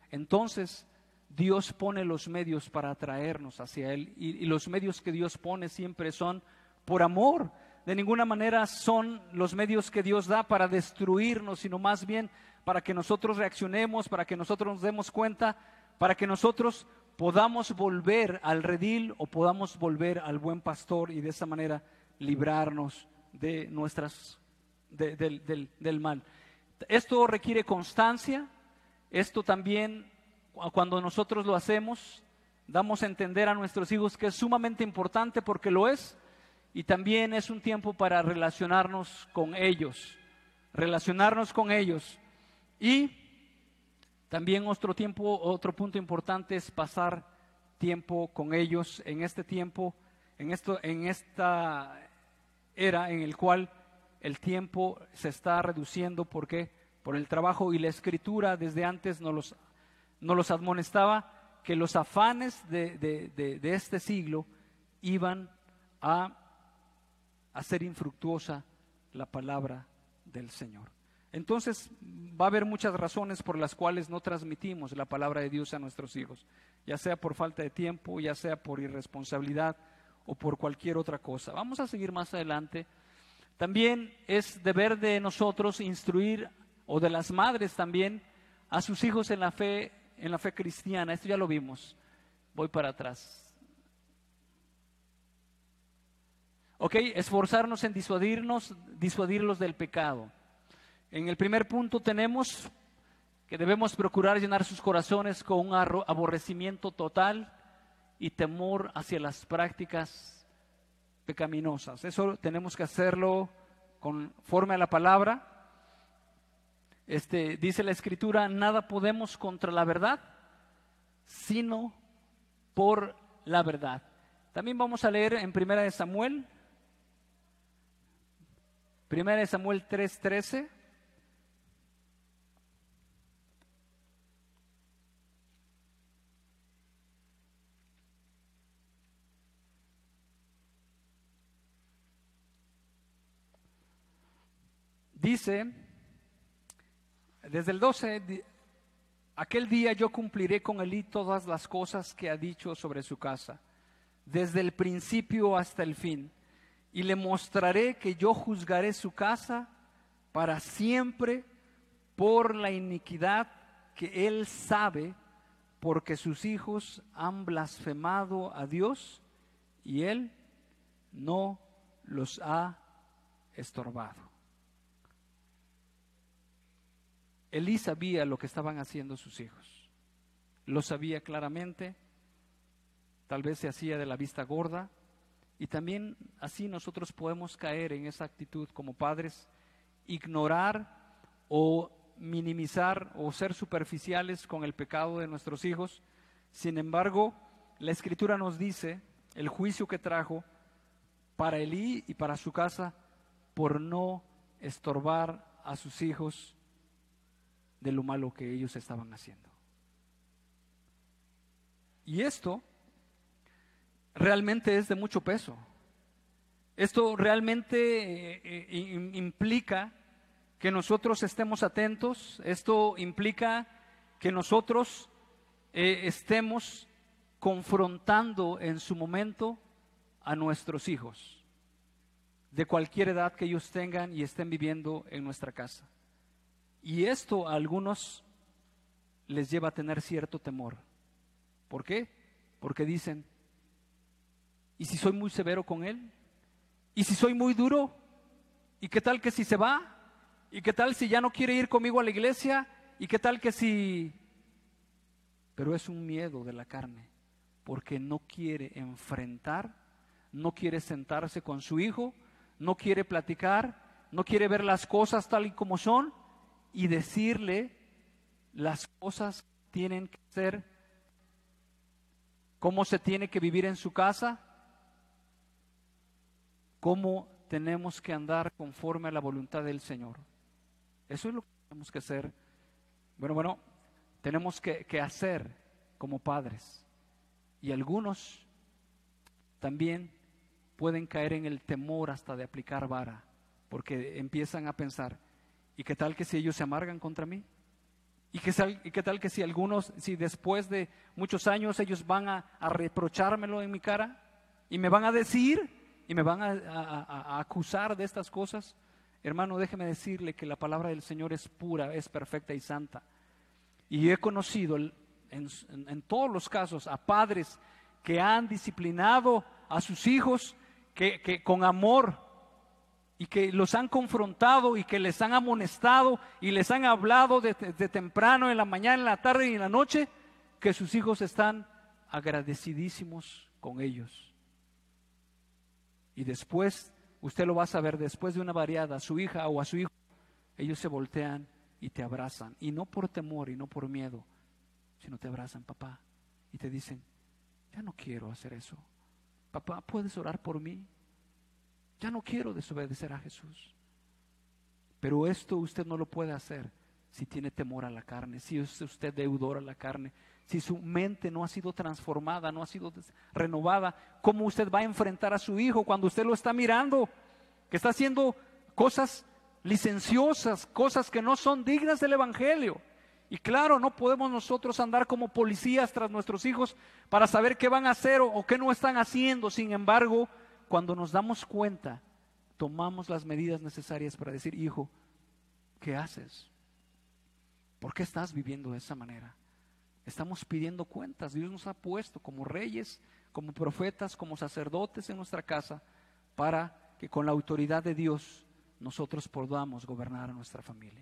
entonces Dios pone los medios para atraernos hacia Él, y, y los medios que Dios pone siempre son por amor. De ninguna manera son los medios que Dios da para destruirnos, sino más bien para que nosotros reaccionemos, para que nosotros nos demos cuenta, para que nosotros podamos volver al redil o podamos volver al buen pastor y de esa manera librarnos de nuestras, de, del, del, del mal. Esto requiere constancia. Esto también, cuando nosotros lo hacemos, damos a entender a nuestros hijos que es sumamente importante, porque lo es. Y también es un tiempo para relacionarnos con ellos, relacionarnos con ellos. Y también otro tiempo, otro punto importante es pasar tiempo con ellos en este tiempo, en esto, en esta era en el cual el tiempo se está reduciendo. ¿Por qué? Por el trabajo, y la Escritura desde antes nos los, nos los admonestaba que los afanes de, de, de, de este siglo iban a hacer infructuosa la palabra del Señor. Entonces va a haber muchas razones por las cuales no transmitimos la palabra de Dios a nuestros hijos, ya sea por falta de tiempo, ya sea por irresponsabilidad o por cualquier otra cosa. Vamos a seguir más adelante. También es deber de nosotros instruir, o de las madres también, a sus hijos en la fe, en la fe cristiana. Esto ya lo vimos. Voy para atrás. Ok, esforzarnos en disuadirnos, disuadirlos del pecado. En el primer punto tenemos que debemos procurar llenar sus corazones con un aborrecimiento total y temor hacia las prácticas pecaminosas. Eso tenemos que hacerlo conforme a la palabra. Este, dice la Escritura, nada podemos contra la verdad, sino por la verdad. También vamos a leer en Primera de Samuel, Primera de Samuel tres trece. Dice, desde el doce, aquel día yo cumpliré con Elí todas las cosas que ha dicho sobre su casa, desde el principio hasta el fin, y le mostraré que yo juzgaré su casa para siempre por la iniquidad que él sabe, porque sus hijos han blasfemado a Dios y él no los ha estorbado. Elí sabía lo que estaban haciendo sus hijos, lo sabía claramente, tal vez se hacía de la vista gorda, y también así nosotros podemos caer en esa actitud como padres, ignorar o minimizar o ser superficiales con el pecado de nuestros hijos. Sin embargo, la Escritura nos dice el juicio que trajo para Elí y para su casa por no estorbar a sus hijos de lo malo que ellos estaban haciendo. Y esto realmente es de mucho peso. Esto realmente eh, eh, implica que nosotros estemos atentos. Esto implica que nosotros eh, estemos confrontando en su momento a nuestros hijos, de cualquier edad que ellos tengan y estén viviendo en nuestra casa. Y esto a algunos les lleva a tener cierto temor. ¿Por qué? Porque dicen, ¿y si soy muy severo con él? ¿Y si soy muy duro? ¿Y qué tal que si se va? ¿Y qué tal si ya no quiere ir conmigo a la iglesia? ¿Y qué tal que si...? Pero es un miedo de la carne, porque no quiere enfrentar, no quiere sentarse con su hijo, no quiere platicar, no quiere ver las cosas tal y como son y decirle las cosas que tienen que ser, cómo se tiene que vivir en su casa, cómo tenemos que andar conforme a la voluntad del Señor. Eso es lo que tenemos que hacer. Bueno, bueno, tenemos que, que hacer como padres. Y algunos también pueden caer en el temor hasta de aplicar vara, porque empiezan a pensar, ¿y qué tal que si ellos se amargan contra mí? ¿Y qué, sal, ¿Y qué tal que si algunos, si después de muchos años ellos van a, a reprochármelo en mi cara y me van a decir y me van a, a, a acusar de estas cosas? Hermano, déjeme decirle que la palabra del Señor es pura, es perfecta y santa. Y he conocido en, en, en todos los casos a padres que han disciplinado a sus hijos que, que con amor, y que los han confrontado y que les han amonestado y les han hablado de, de temprano, en la mañana, en la tarde y en la noche, que sus hijos están agradecidísimos con ellos. Y después, usted lo va a saber, después de una variada, a su hija o a su hijo, ellos se voltean y te abrazan, y no por temor y no por miedo, sino te abrazan, papá, y te dicen, ya no quiero hacer eso. Papá, ¿puedes orar por mí? Ya no quiero desobedecer a Jesús. Pero esto usted no lo puede hacer si tiene temor a la carne, si es usted deudor a la carne, si su mente no ha sido transformada, no ha sido renovada. ¿Cómo usted va a enfrentar a su hijo cuando usted lo está mirando, que está haciendo cosas licenciosas, cosas que no son dignas del Evangelio? Y claro, no podemos nosotros andar como policías tras nuestros hijos para saber qué van a hacer o, o qué no están haciendo. Sin embargo, cuando nos damos cuenta, tomamos las medidas necesarias para decir, hijo, ¿qué haces? ¿Por qué estás viviendo de esa manera? Estamos pidiendo cuentas. Dios nos ha puesto como reyes, como profetas, como sacerdotes en nuestra casa, para que con la autoridad de Dios nosotros podamos gobernar a nuestra familia.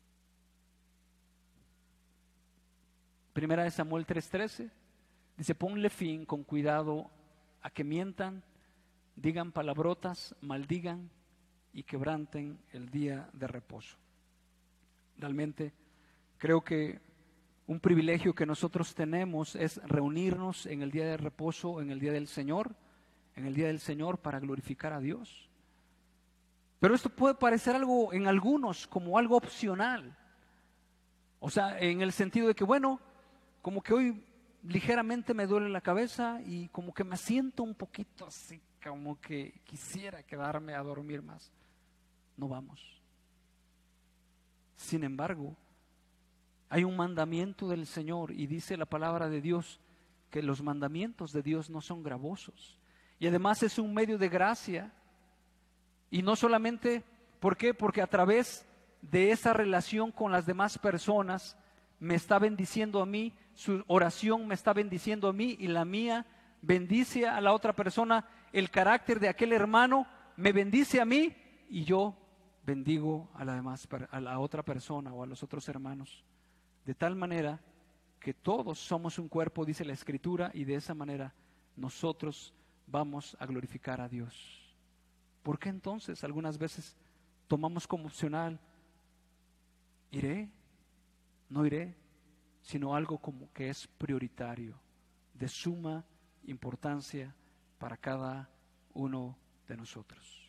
Primera de Samuel tres trece dice, ponle fin con cuidado a que mientan, digan palabrotas, maldigan y quebranten el día de reposo. Realmente creo que un privilegio que nosotros tenemos es reunirnos en el día de reposo, en el día del Señor, en el día del Señor para glorificar a Dios. Pero esto puede parecer algo en algunos como algo opcional. O sea, en el sentido de que, bueno, como que hoy ligeramente me duele la cabeza y como que me siento un poquito así, como que quisiera quedarme a dormir más. No vamos. Sin embargo, hay un mandamiento del Señor y dice la palabra de Dios que los mandamientos de Dios no son gravosos. Y además es un medio de gracia. Y no solamente, ¿por qué? Porque a través de esa relación con las demás personas me está bendiciendo a mí, su oración me está bendiciendo a mí y la mía bendice a la otra persona, el carácter de aquel hermano me bendice a mí y yo bendigo a la demás, a la otra persona o a los otros hermanos. De tal manera que todos somos un cuerpo, dice la Escritura, y de esa manera nosotros vamos a glorificar a Dios. ¿Por qué entonces algunas veces tomamos como opcional, iré, no iré, sino algo como que es prioritario, de suma importancia para cada uno de nosotros?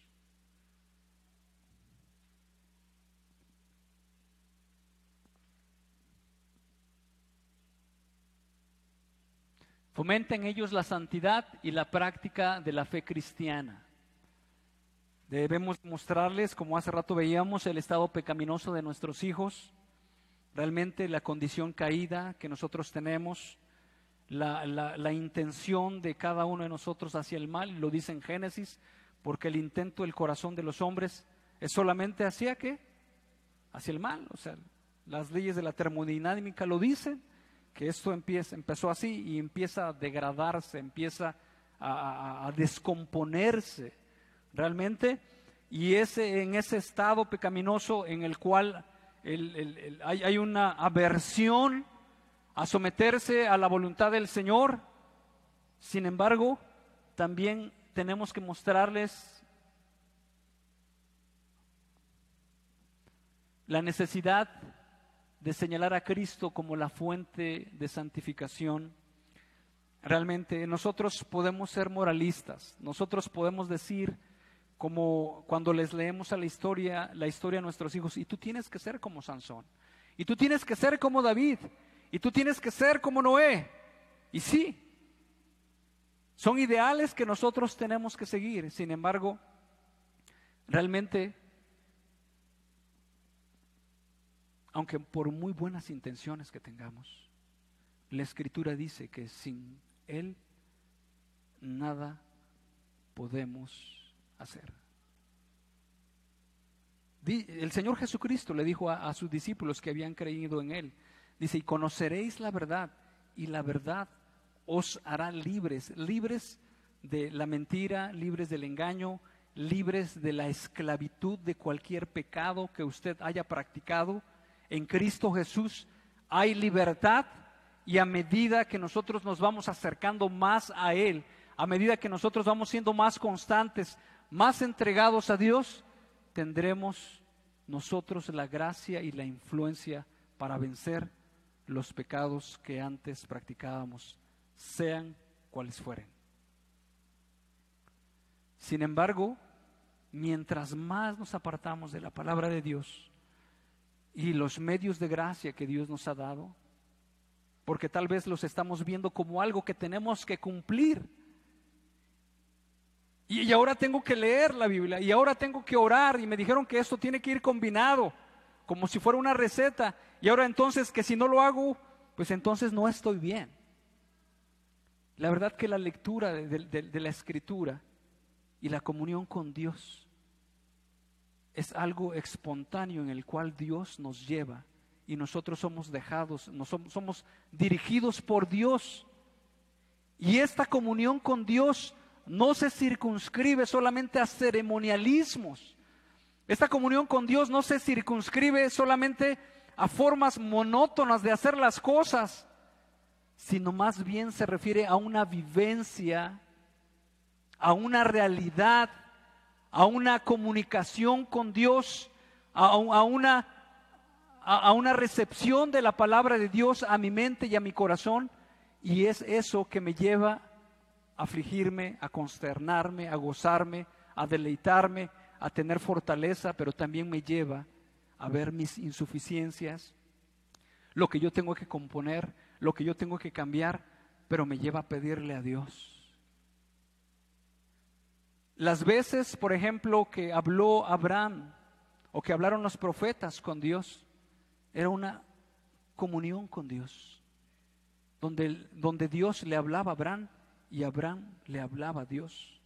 Fomenta en ellos la santidad y la práctica de la fe cristiana. Debemos mostrarles, como hace rato veíamos, el estado pecaminoso de nuestros hijos, realmente la condición caída que nosotros tenemos, la, la, la intención de cada uno de nosotros hacia el mal, lo dice en Génesis, porque el intento del corazón de los hombres es solamente hacia ¿qué? Hacia el mal. O sea, las leyes de la termodinámica lo dicen, que esto empieza, empezó así y empieza a degradarse, empieza a, a, a descomponerse realmente, y ese, en ese estado pecaminoso en el cual el, el, el, hay, hay una aversión a someterse a la voluntad del Señor. Sin embargo, también tenemos que mostrarles la necesidad de señalar a Cristo como la fuente de santificación. Realmente nosotros podemos ser moralistas, nosotros podemos decir, como cuando les leemos a la historia, la historia a nuestros hijos, y tú tienes que ser como Sansón, y tú tienes que ser como David, y tú tienes que ser como Noé. Y sí, son ideales que nosotros tenemos que seguir. Sin embargo, realmente, aunque por muy buenas intenciones que tengamos, la Escritura dice que sin Él nada podemos hacer. El Señor Jesucristo le dijo a, a sus discípulos que habían creído en Él, dice, y conoceréis la verdad, y la verdad os hará libres, libres de la mentira, libres del engaño, libres de la esclavitud de cualquier pecado que usted haya practicado. En Cristo Jesús hay libertad, y a medida que nosotros nos vamos acercando más a Él, a medida que nosotros vamos siendo más constantes, más entregados a Dios, tendremos nosotros la gracia y la influencia para vencer los pecados que antes practicábamos, sean cuales fueren. Sin embargo, mientras más nos apartamos de la palabra de Dios y los medios de gracia que Dios nos ha dado, porque tal vez los estamos viendo como algo que tenemos que cumplir, y, y ahora tengo que leer la Biblia, y ahora tengo que orar, y me dijeron que esto tiene que ir combinado, como si fuera una receta, y ahora entonces que si no lo hago, pues entonces no estoy bien. La verdad que la lectura de, de, de la Escritura y la comunión con Dios es algo espontáneo en el cual Dios nos lleva y nosotros somos dejados, nos somos, somos dirigidos por Dios. Y esta comunión con Dios no se circunscribe solamente a ceremonialismos. Esta comunión con Dios no se circunscribe solamente a formas monótonas de hacer las cosas, sino más bien se refiere a una vivencia, a una realidad, a una comunicación con Dios, a, a, una, a, a una recepción de la palabra de Dios a mi mente y a mi corazón, y es eso que me lleva a afligirme, a consternarme, a gozarme, a deleitarme, a tener fortaleza, pero también me lleva a ver mis insuficiencias, lo que yo tengo que componer, lo que yo tengo que cambiar, pero me lleva a pedirle a Dios. Las veces, por ejemplo, que habló Abraham o que hablaron los profetas con Dios, era una comunión con Dios, donde, donde Dios le hablaba a Abraham y Abraham le hablaba a Dios.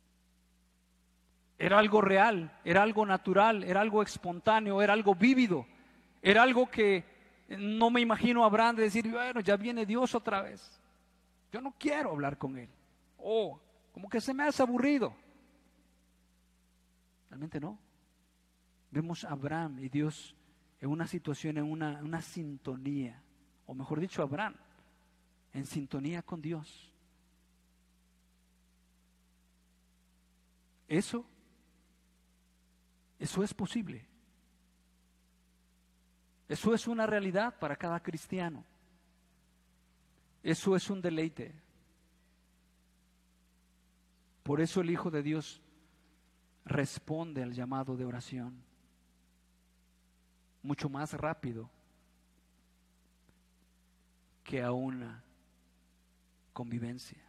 Era algo real, era algo natural, era algo espontáneo, era algo vívido, era algo que no me imagino a Abraham de decir, bueno, ya viene Dios otra vez, yo no quiero hablar con Él, o oh, como que se me hace aburrido. Realmente no. Vemos a Abraham y Dios en una situación, en una, una sintonía, o mejor dicho, Abraham en sintonía con Dios. Eso, eso es posible. Eso es una realidad para cada cristiano. Eso es un deleite. Por eso el Hijo de Dios responde al llamado de oración mucho más rápido que a una convivencia.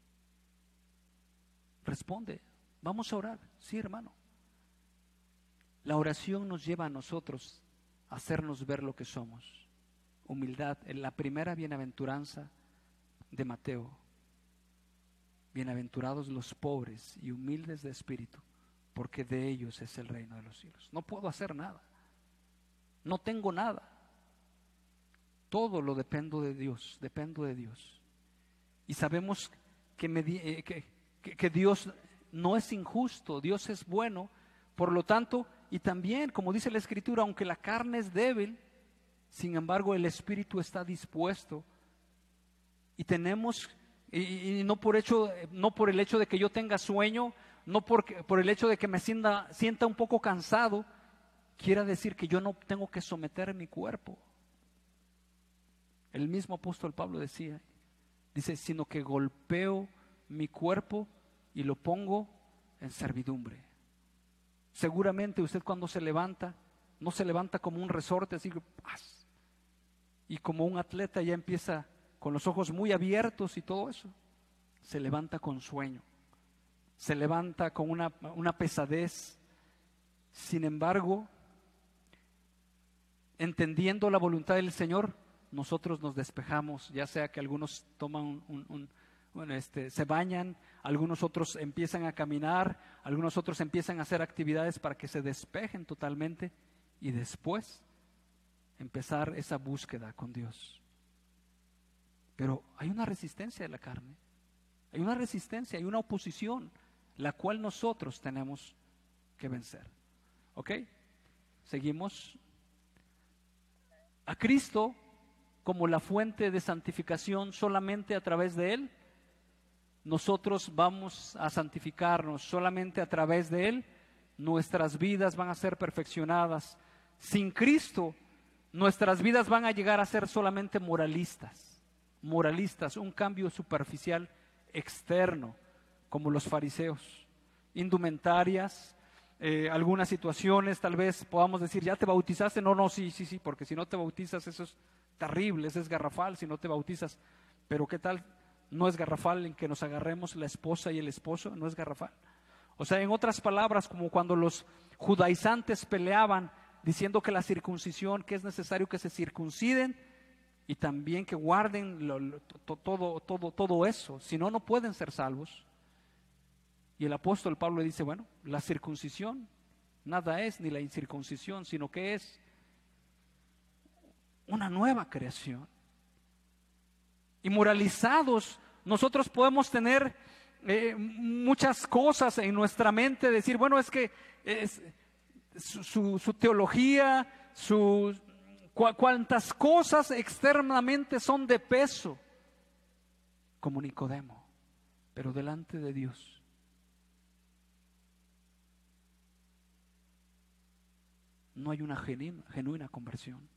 Responde, vamos a orar, sí, hermano. La oración nos lleva a nosotros a hacernos ver lo que somos. Humildad, en la primera bienaventuranza de Mateo. Bienaventurados los pobres y humildes de espíritu, porque de ellos es el reino de los cielos. No puedo hacer nada, no tengo nada, todo lo dependo de Dios, dependo de Dios. Y sabemos que, me, eh, que, que, que Dios no es injusto, Dios es bueno, por lo tanto, y también, como dice la Escritura, aunque la carne es débil, sin embargo el espíritu está dispuesto, y tenemos, y, y no por hecho, no por el hecho de que yo tenga sueño, no porque, por el hecho de que me sienta, sienta un poco cansado, quiera decir que yo no tengo que someter mi cuerpo. El mismo apóstol Pablo decía, dice, sino que golpeo mi cuerpo y lo pongo en servidumbre. Seguramente usted cuando se levanta, no se levanta como un resorte, así, ¡paz! Y como un atleta ya empieza con los ojos muy abiertos y todo eso. Se levanta con sueño, se levanta con una, una pesadez. Sin embargo, entendiendo la voluntad del Señor, nosotros nos despejamos, ya sea que algunos toman un, un, un bueno, este, se bañan, algunos otros empiezan a caminar, algunos otros empiezan a hacer actividades para que se despejen totalmente y después empezar esa búsqueda con Dios. Pero hay una resistencia de la carne, hay una resistencia, hay una oposición, la cual nosotros tenemos que vencer. ¿Ok? Seguimos. A Cristo como la fuente de santificación, solamente a través de Él nosotros vamos a santificarnos, solamente a través de Él nuestras vidas van a ser perfeccionadas. Sin Cristo nuestras vidas van a llegar a ser solamente moralistas, moralistas, un cambio superficial externo, como los fariseos, indumentarias, eh, algunas situaciones tal vez podamos decir, ¿ya te bautizaste? No, no, sí, sí, sí, porque si no te bautizas eso es terrible, eso es garrafal si no te bautizas, pero ¿qué tal? No es garrafal en que nos agarremos la esposa y el esposo, no es garrafal. O sea, en otras palabras, como cuando los judaizantes peleaban diciendo que la circuncisión, que es necesario que se circunciden y también que guarden lo, lo, to, todo, todo, todo eso, si no, no pueden ser salvos. Y el apóstol Pablo dice, bueno, la circuncisión nada es ni la incircuncisión, sino que es una nueva creación. Y moralizados, nosotros podemos tener eh, muchas cosas en nuestra mente, decir, bueno, es que es, su, su, su teología, su, cu cuantas cosas externamente son de peso, como Nicodemo, pero delante de Dios no hay una genuina, genuina conversión.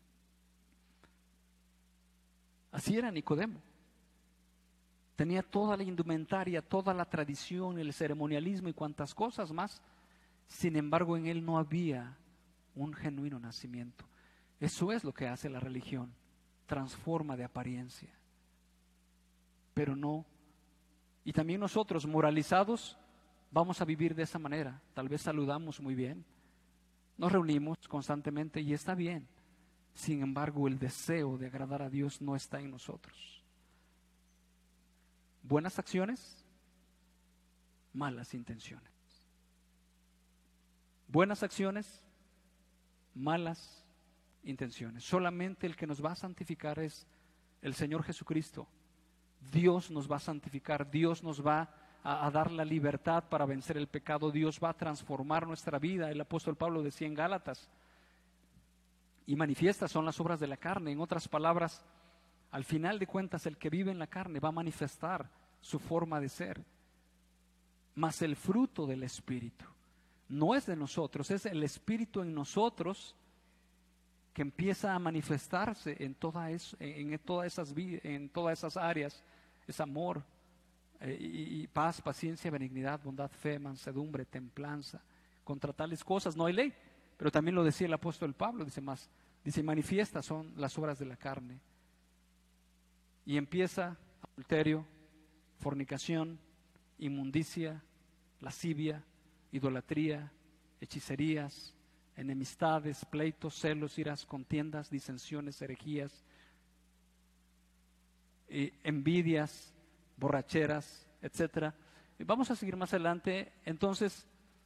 Así era Nicodemo. Tenía toda la indumentaria, toda la tradición, el ceremonialismo y cuantas cosas más. Sin embargo, en él no había un genuino nacimiento. Eso es lo que hace la religión. Transforma de apariencia. Pero no. Y también nosotros, moralizados, vamos a vivir de esa manera. Tal vez saludamos muy bien. Nos reunimos constantemente y está bien. Sin embargo, el deseo de agradar a Dios no está en nosotros. Buenas acciones, malas intenciones. Buenas acciones, malas intenciones. Solamente el que nos va a santificar es el Señor Jesucristo. Dios nos va a santificar, Dios nos va a, a dar la libertad para vencer el pecado, Dios va a transformar nuestra vida. El apóstol Pablo decía en Gálatas, y manifiestas son las obras de la carne. En otras palabras, al final de cuentas, el que vive en la carne va a manifestar su forma de ser. Mas el fruto del Espíritu no es de nosotros, es el Espíritu en nosotros que empieza a manifestarse en, toda es, en, todas, esas, en todas esas áreas. Es amor, eh, y, y paz, paciencia, benignidad, bondad, fe, mansedumbre, templanza. Contra tales cosas no hay ley. Pero también lo decía el apóstol Pablo, dice más, dice, manifiestas son las obras de la carne. Y empieza adulterio, fornicación, inmundicia, lascivia, idolatría, hechicerías, enemistades, pleitos, celos, iras, contiendas, disensiones, herejías, eh, envidias, borracheras, etcétera. Y vamos a seguir más adelante, entonces,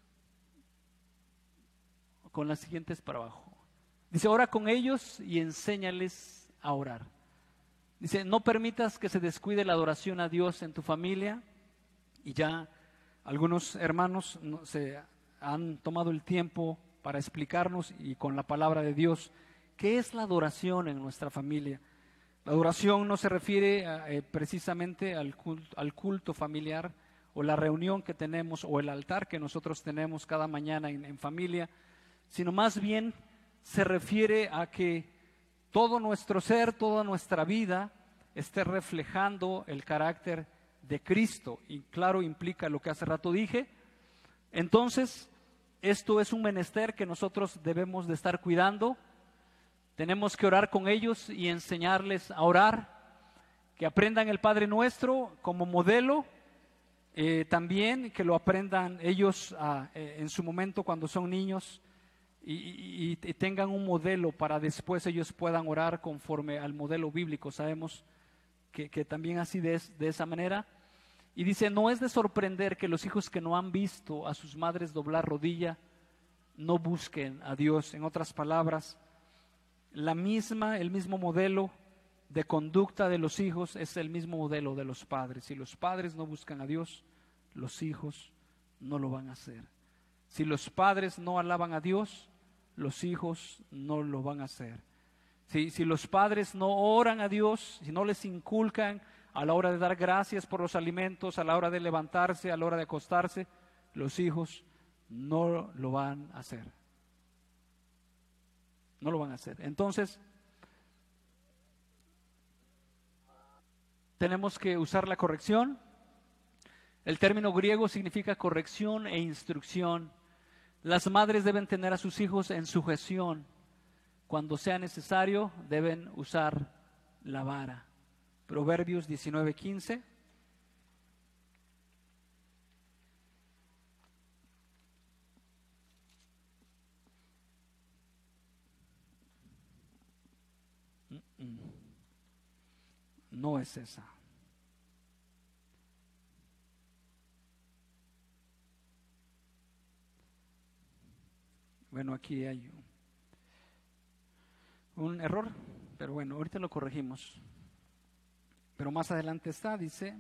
con las siguientes para abajo. Dice, ora con ellos y enséñales a orar. Dice, no permitas que se descuide la adoración a Dios en tu familia. Y ya algunos hermanos no, se han tomado el tiempo para explicarnos y con la palabra de Dios, ¿qué es la adoración en nuestra familia? La adoración no se refiere a, eh, precisamente al culto, al culto familiar o la reunión que tenemos o el altar que nosotros tenemos cada mañana en, en familia, sino más bien se refiere a que todo nuestro ser, toda nuestra vida esté reflejando el carácter de Cristo. Y claro, implica lo que hace rato dije. Entonces, esto es un menester que nosotros debemos de estar cuidando. Tenemos que orar con ellos y enseñarles a orar, que aprendan el Padre Nuestro como modelo, eh, también que lo aprendan ellos a, eh, en su momento cuando son niños, y, y, y tengan un modelo para después ellos puedan orar conforme al modelo bíblico. Sabemos que, que también así de, de esa manera. Y dice, no es de sorprender que los hijos que no han visto a sus madres doblar rodilla no busquen a Dios. En otras palabras, la misma, el mismo modelo de conducta de los hijos es el mismo modelo de los padres. Si los padres no buscan a Dios, los hijos no lo van a hacer. Si los padres no alaban a Dios, los hijos no lo van a hacer. Si, si los padres no oran a Dios, si no les inculcan a la hora de dar gracias por los alimentos, a la hora de levantarse, a la hora de acostarse, los hijos no lo van a hacer. No lo van a hacer. Entonces, tenemos que usar la corrección. El término griego significa corrección e instrucción. Las madres deben tener a sus hijos en sujeción. Cuando sea necesario, deben usar la vara. Proverbios diecinueve quince. No es esa. Bueno, aquí hay un, un error, pero bueno, ahorita lo corregimos. Pero más adelante está, dice,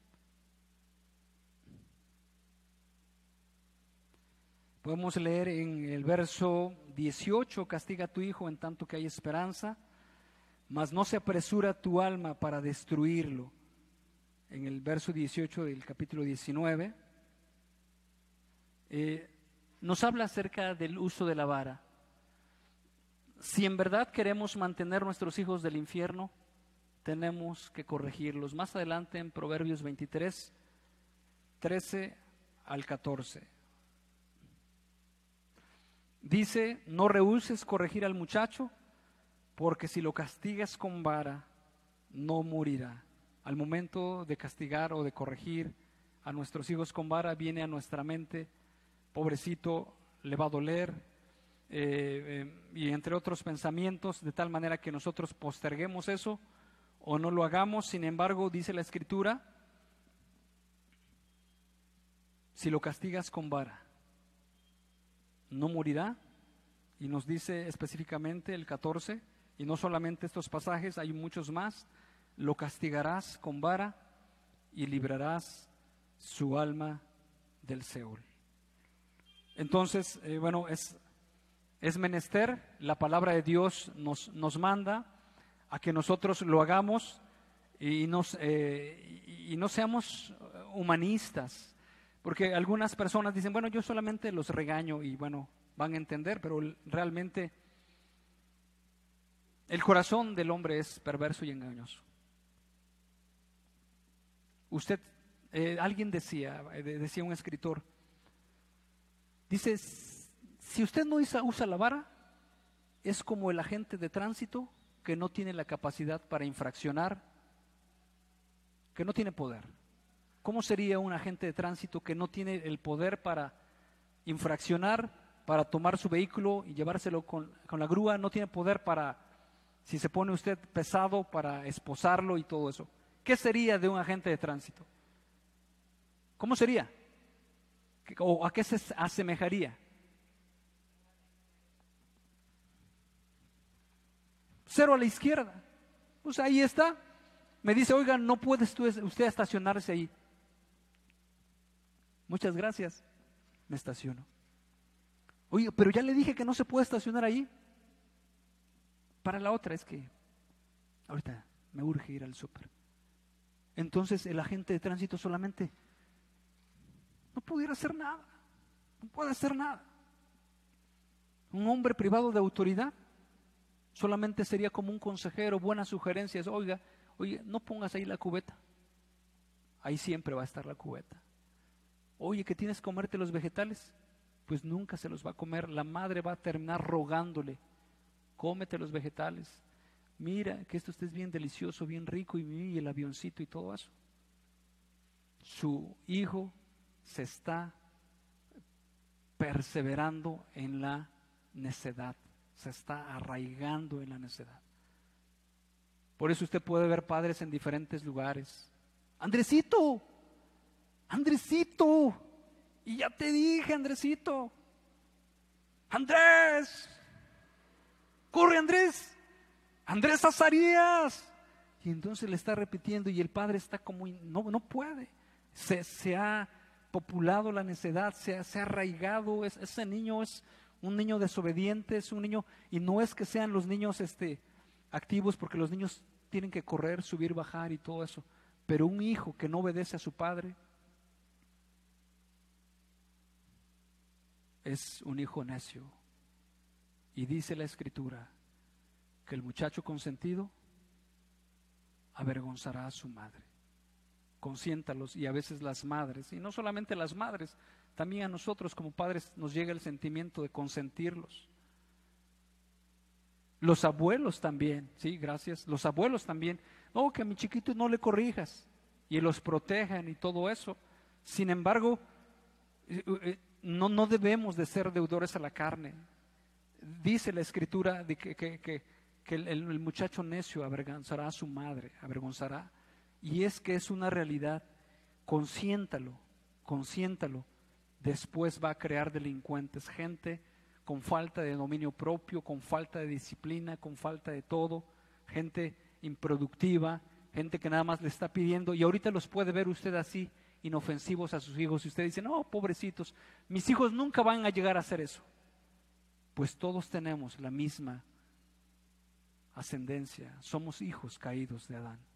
podemos leer en el verso dieciocho, castiga a tu hijo en tanto que hay esperanza, mas no se apresura tu alma para destruirlo. En el verso dieciocho del capítulo diecinueve, eh, nos habla acerca del uso de la vara. Si en verdad queremos mantener nuestros hijos del infierno, tenemos que corregirlos. Más adelante en Proverbios veintitrés, trece al catorce. Dice, no rehúses corregir al muchacho, porque si lo castigas con vara, no morirá. Al momento de castigar o de corregir a nuestros hijos con vara, viene a nuestra mente, pobrecito, le va a doler, eh, eh, y entre otros pensamientos, de tal manera que nosotros posterguemos eso o no lo hagamos. Sin embargo, dice la Escritura, si lo castigas con vara, no morirá. Y nos dice específicamente el catorce, y no solamente estos pasajes, hay muchos más, lo castigarás con vara y librarás su alma del Seol. Entonces, eh, bueno, es, es menester, la palabra de Dios nos, nos manda a que nosotros lo hagamos y, nos, eh, y, y no seamos humanistas, porque algunas personas dicen, bueno, yo solamente los regaño y bueno, van a entender, pero realmente el corazón del hombre es perverso y engañoso. Usted, eh, alguien decía, eh, decía un escritor, dice, si usted no usa, usa la vara, es como el agente de tránsito que no tiene la capacidad para infraccionar, que no tiene poder. ¿Cómo sería un agente de tránsito que no tiene el poder para infraccionar, para tomar su vehículo y llevárselo con, con la grúa? No tiene poder para, si se pone usted pesado, para esposarlo y todo eso. ¿Qué sería de un agente de tránsito? ¿Cómo sería? ¿O a qué se asemejaría? Cero a la izquierda. Pues ahí está. Me dice, oiga, no puede usted estacionarse ahí. Muchas gracias. Me estaciono. Oye, pero ya le dije que no se puede estacionar ahí. Para la otra es que ahorita me urge ir al súper. Entonces el agente de tránsito solamente no pudiera hacer nada. No puede hacer nada. Un hombre privado de autoridad solamente sería como un consejero, buenas sugerencias. Oiga, oye, no pongas ahí la cubeta. Ahí siempre va a estar la cubeta. Oye, que tienes que comerte los vegetales. Pues nunca se los va a comer. La madre va a terminar rogándole, cómete los vegetales, mira que esto estés bien delicioso, bien rico, y, y el avioncito y todo eso. Su hijo se está perseverando en la necedad, se está arraigando en la necedad. Por eso usted puede ver padres en diferentes lugares. Andresito, Andresito, y ya te dije, Andresito, Andrés, corre Andrés, Andrés Azarías. Y entonces le está repitiendo y el padre está como, no, no puede. Se, se ha populado la necedad, se ha, se ha arraigado. Es, ese niño es un niño desobediente, es un niño, y no es que sean los niños este, activos, porque los niños tienen que correr, subir, bajar y todo eso. Pero un hijo que no obedece a su padre es un hijo necio. Y dice la Escritura que el muchacho consentido avergonzará a su madre. Consiéntalos. Y a veces las madres, y no solamente las madres, también a nosotros como padres nos llega el sentimiento de consentirlos. Los abuelos también, sí, gracias. Los abuelos también. No, que a mi chiquito no le corrijas. Y los protegen y todo eso. Sin embargo, no, no debemos de ser deudores a la carne. Dice la Escritura de que, que, que, que el, el muchacho necio avergonzará a su madre, avergonzará. Y es que es una realidad. Consiéntalo, consiéntalo. Después va a crear delincuentes, gente con falta de dominio propio, con falta de disciplina, con falta de todo, gente improductiva, gente que nada más le está pidiendo, y ahorita los puede ver usted así, inofensivos a sus hijos, y usted dice, no, pobrecitos, mis hijos nunca van a llegar a hacer eso. Pues todos tenemos la misma ascendencia, somos hijos caídos de Adán.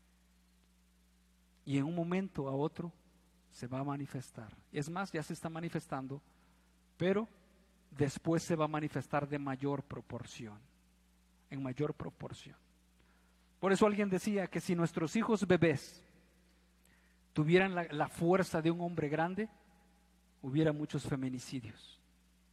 Y en un momento a otro se va a manifestar. Es más, ya se está manifestando, pero después se va a manifestar de mayor proporción, en mayor proporción. Por eso alguien decía que si nuestros hijos bebés tuvieran la, la fuerza de un hombre grande, hubiera muchos feminicidios.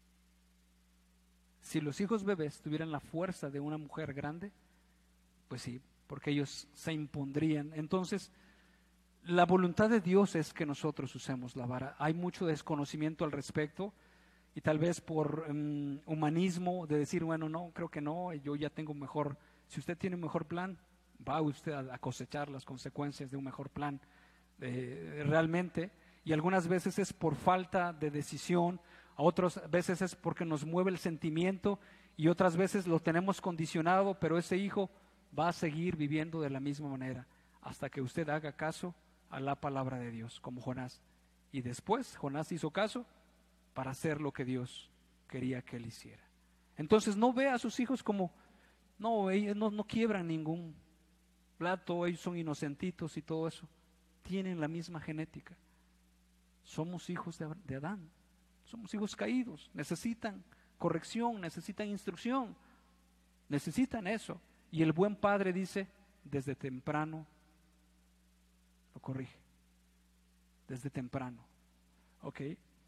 Si los hijos bebés tuvieran la fuerza de una mujer grande, pues sí, porque ellos se impondrían. Entonces, la voluntad de Dios es que nosotros usemos la vara. Hay mucho desconocimiento al respecto y tal vez por um, humanismo de decir, bueno, no, creo que no, yo ya tengo mejor, si usted tiene un mejor plan, va usted a, a cosechar las consecuencias de un mejor plan eh, realmente, y algunas veces es por falta de decisión, a otras veces es porque nos mueve el sentimiento y otras veces lo tenemos condicionado, pero ese hijo va a seguir viviendo de la misma manera hasta que usted haga caso a la palabra de Dios, como Jonás. Y después Jonás hizo caso para hacer lo que Dios quería que él hiciera. Entonces no ve a sus hijos como, no, ellos no, no quiebran ningún plato, ellos son inocentitos y todo eso. Tienen la misma genética. Somos hijos de, de Adán, somos hijos caídos, necesitan corrección, necesitan instrucción, necesitan eso. Y el buen padre dice, desde temprano lo corrige, desde temprano. Ok.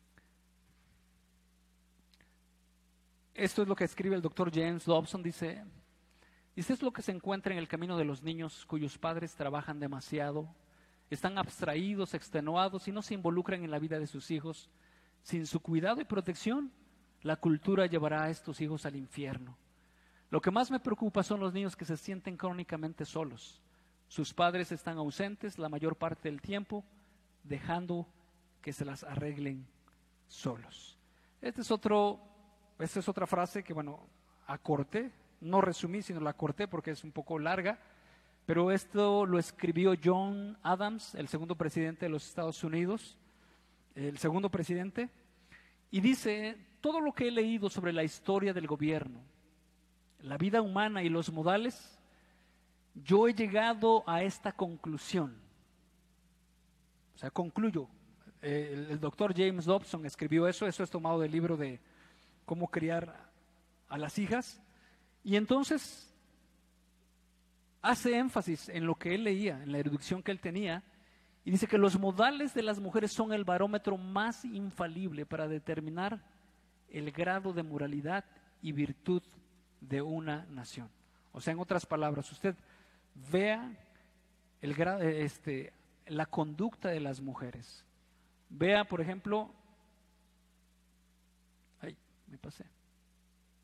Esto es lo que escribe el doctor James Dobson, dice, dice, es lo que se encuentra en el camino de los niños cuyos padres trabajan demasiado, están abstraídos, extenuados y no se involucran en la vida de sus hijos. Sin su cuidado y protección, la cultura llevará a estos hijos al infierno. Lo que más me preocupa son los niños que se sienten crónicamente solos. Sus padres están ausentes la mayor parte del tiempo, dejando que se las arreglen solos. Este es otro, esta es otra frase que, bueno, acorté, no resumí, sino la acorté porque es un poco larga, pero esto lo escribió John Adams, el segundo presidente de los Estados Unidos, el segundo presidente, y dice, todo lo que he leído sobre la historia del gobierno, la vida humana y los modales, yo he llegado a esta conclusión. O sea, concluyo. Eh, el, el doctor James Dobson escribió eso, eso es tomado del libro de Cómo criar a las hijas, y entonces hace énfasis en lo que él leía, en la erudición que él tenía, y dice que los modales de las mujeres son el barómetro más infalible para determinar el grado de moralidad y virtud de una nación. O sea, en otras palabras, usted vea el grado, este, la conducta de las mujeres. Vea, por ejemplo, ay, me pasé.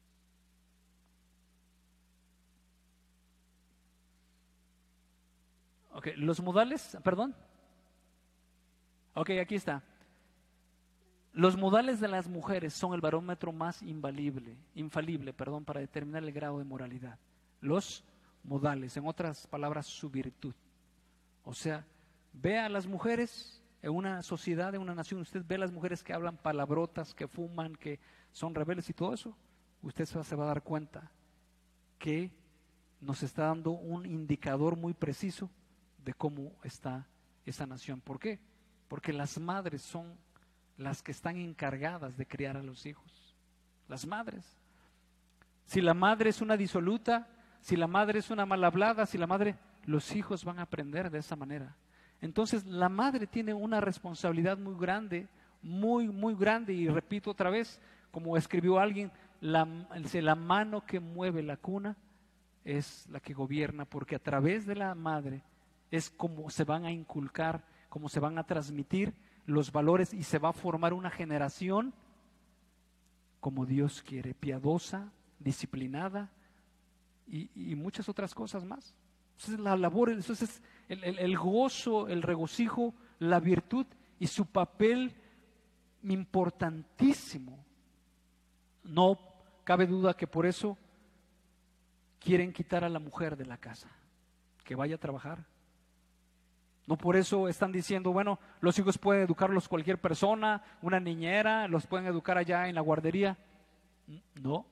Ok, los modales, perdón. Ok, aquí está. Los modales de las mujeres son el barómetro más infalible, infalible, perdón, para determinar el grado de moralidad. Los modales, en otras palabras, su virtud. O sea, ve a las mujeres en una sociedad, en una nación, usted ve a las mujeres que hablan palabrotas, que fuman, que son rebeldes y todo eso, usted se va a dar cuenta que nos está dando un indicador muy preciso de cómo está esa nación. ¿Por qué? Porque las madres son las que están encargadas de criar a los hijos. Las madres. Si la madre es una disoluta, si la madre es una mal hablada, si la madre, los hijos van a aprender de esa manera. Entonces la madre tiene una responsabilidad muy grande, muy, muy grande, y repito otra vez, como escribió alguien, la, la mano que mueve la cuna es la que gobierna, porque a través de la madre es como se van a inculcar, como se van a transmitir los valores y se va a formar una generación como Dios quiere, piadosa, disciplinada y, y muchas otras cosas más. Entonces la labor, entonces el, el, el gozo, el regocijo, la virtud y su papel importantísimo. No cabe duda que por eso quieren quitar a la mujer de la casa, que vaya a trabajar. No por eso están diciendo, bueno, los hijos pueden educarlos cualquier persona, una niñera, los pueden educar allá en la guardería. No.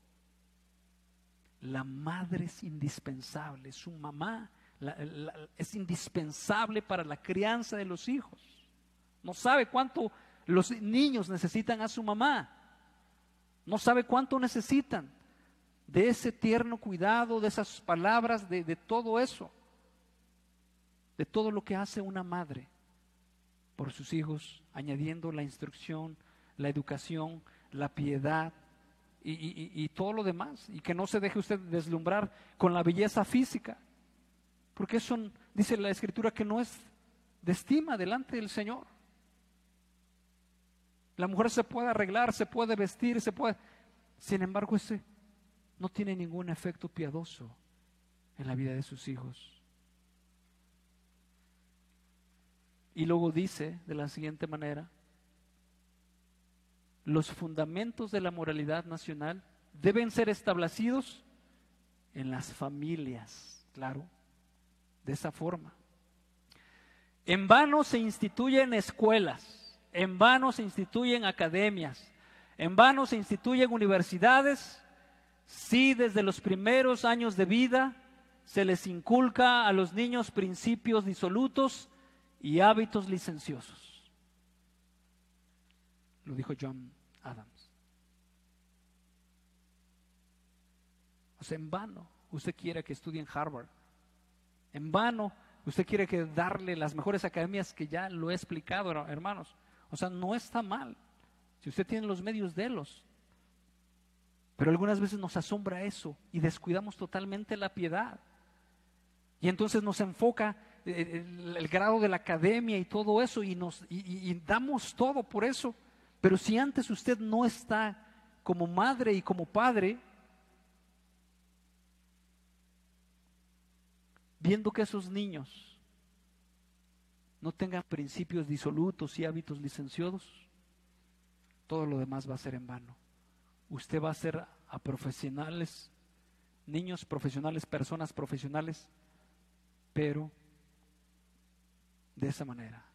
La madre es indispensable, su mamá la, la, es indispensable para la crianza de los hijos. No sabe cuánto los niños necesitan a su mamá. No sabe cuánto necesitan de ese tierno cuidado, de esas palabras, de, de todo eso. De todo lo que hace una madre por sus hijos, añadiendo la instrucción, la educación, la piedad y, y, y todo lo demás. Y que no se deje usted deslumbrar con la belleza física, porque eso dice la Escritura que no es de estima delante del Señor. La mujer se puede arreglar, se puede vestir, se puede... Sin embargo, ese no tiene ningún efecto piadoso en la vida de sus hijos. Y luego dice de la siguiente manera: los fundamentos de la moralidad nacional deben ser establecidos en las familias, claro, de esa forma. En vano se instituyen escuelas, en vano se instituyen academias, en vano se instituyen universidades, si desde los primeros años de vida se les inculca a los niños principios disolutos y hábitos licenciosos. Lo dijo John Adams. O sea, en vano usted quiere que estudie en Harvard. En vano usted quiere que darle las mejores academias, que ya lo he explicado, hermanos. O sea, no está mal. Si usted tiene los medios, délos. Pero algunas veces nos asombra eso y descuidamos totalmente la piedad. Y entonces nos enfoca el, el grado de la academia y todo eso, y, nos, y, y, y damos todo por eso. Pero si antes usted no está como madre y como padre, viendo que esos niños no tengan principios disolutos y hábitos licenciosos, todo lo demás va a ser en vano. Usted va a ser a profesionales, niños profesionales, personas profesionales, pero de esa manera.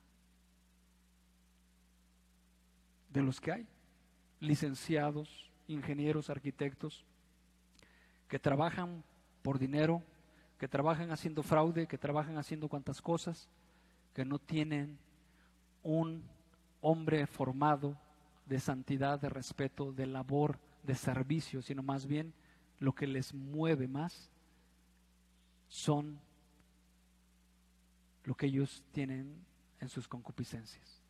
De los que hay, licenciados, ingenieros, arquitectos, que trabajan por dinero, que trabajan haciendo fraude, que trabajan haciendo cuantas cosas, que no tienen un hombre formado de santidad, de respeto, de labor, de servicio, sino más bien lo que les mueve más son lo que ellos tienen en sus concupiscencias.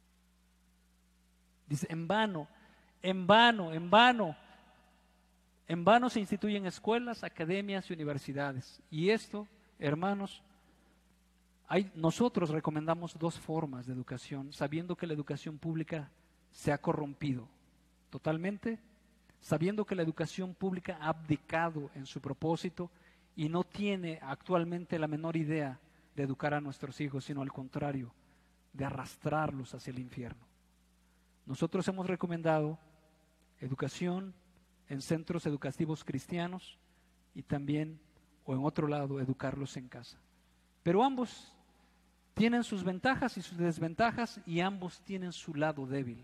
Dice, en vano, en vano, en vano, en vano se instituyen escuelas, academias y universidades. Y esto, hermanos, hay, nosotros recomendamos dos formas de educación, sabiendo que la educación pública se ha corrompido totalmente, sabiendo que la educación pública ha abdicado en su propósito y no tiene actualmente la menor idea de educar a nuestros hijos, sino al contrario, de arrastrarlos hacia el infierno. Nosotros hemos recomendado educación en centros educativos cristianos y también, o en otro lado, educarlos en casa. Pero ambos tienen sus ventajas y sus desventajas, y ambos tienen su lado débil.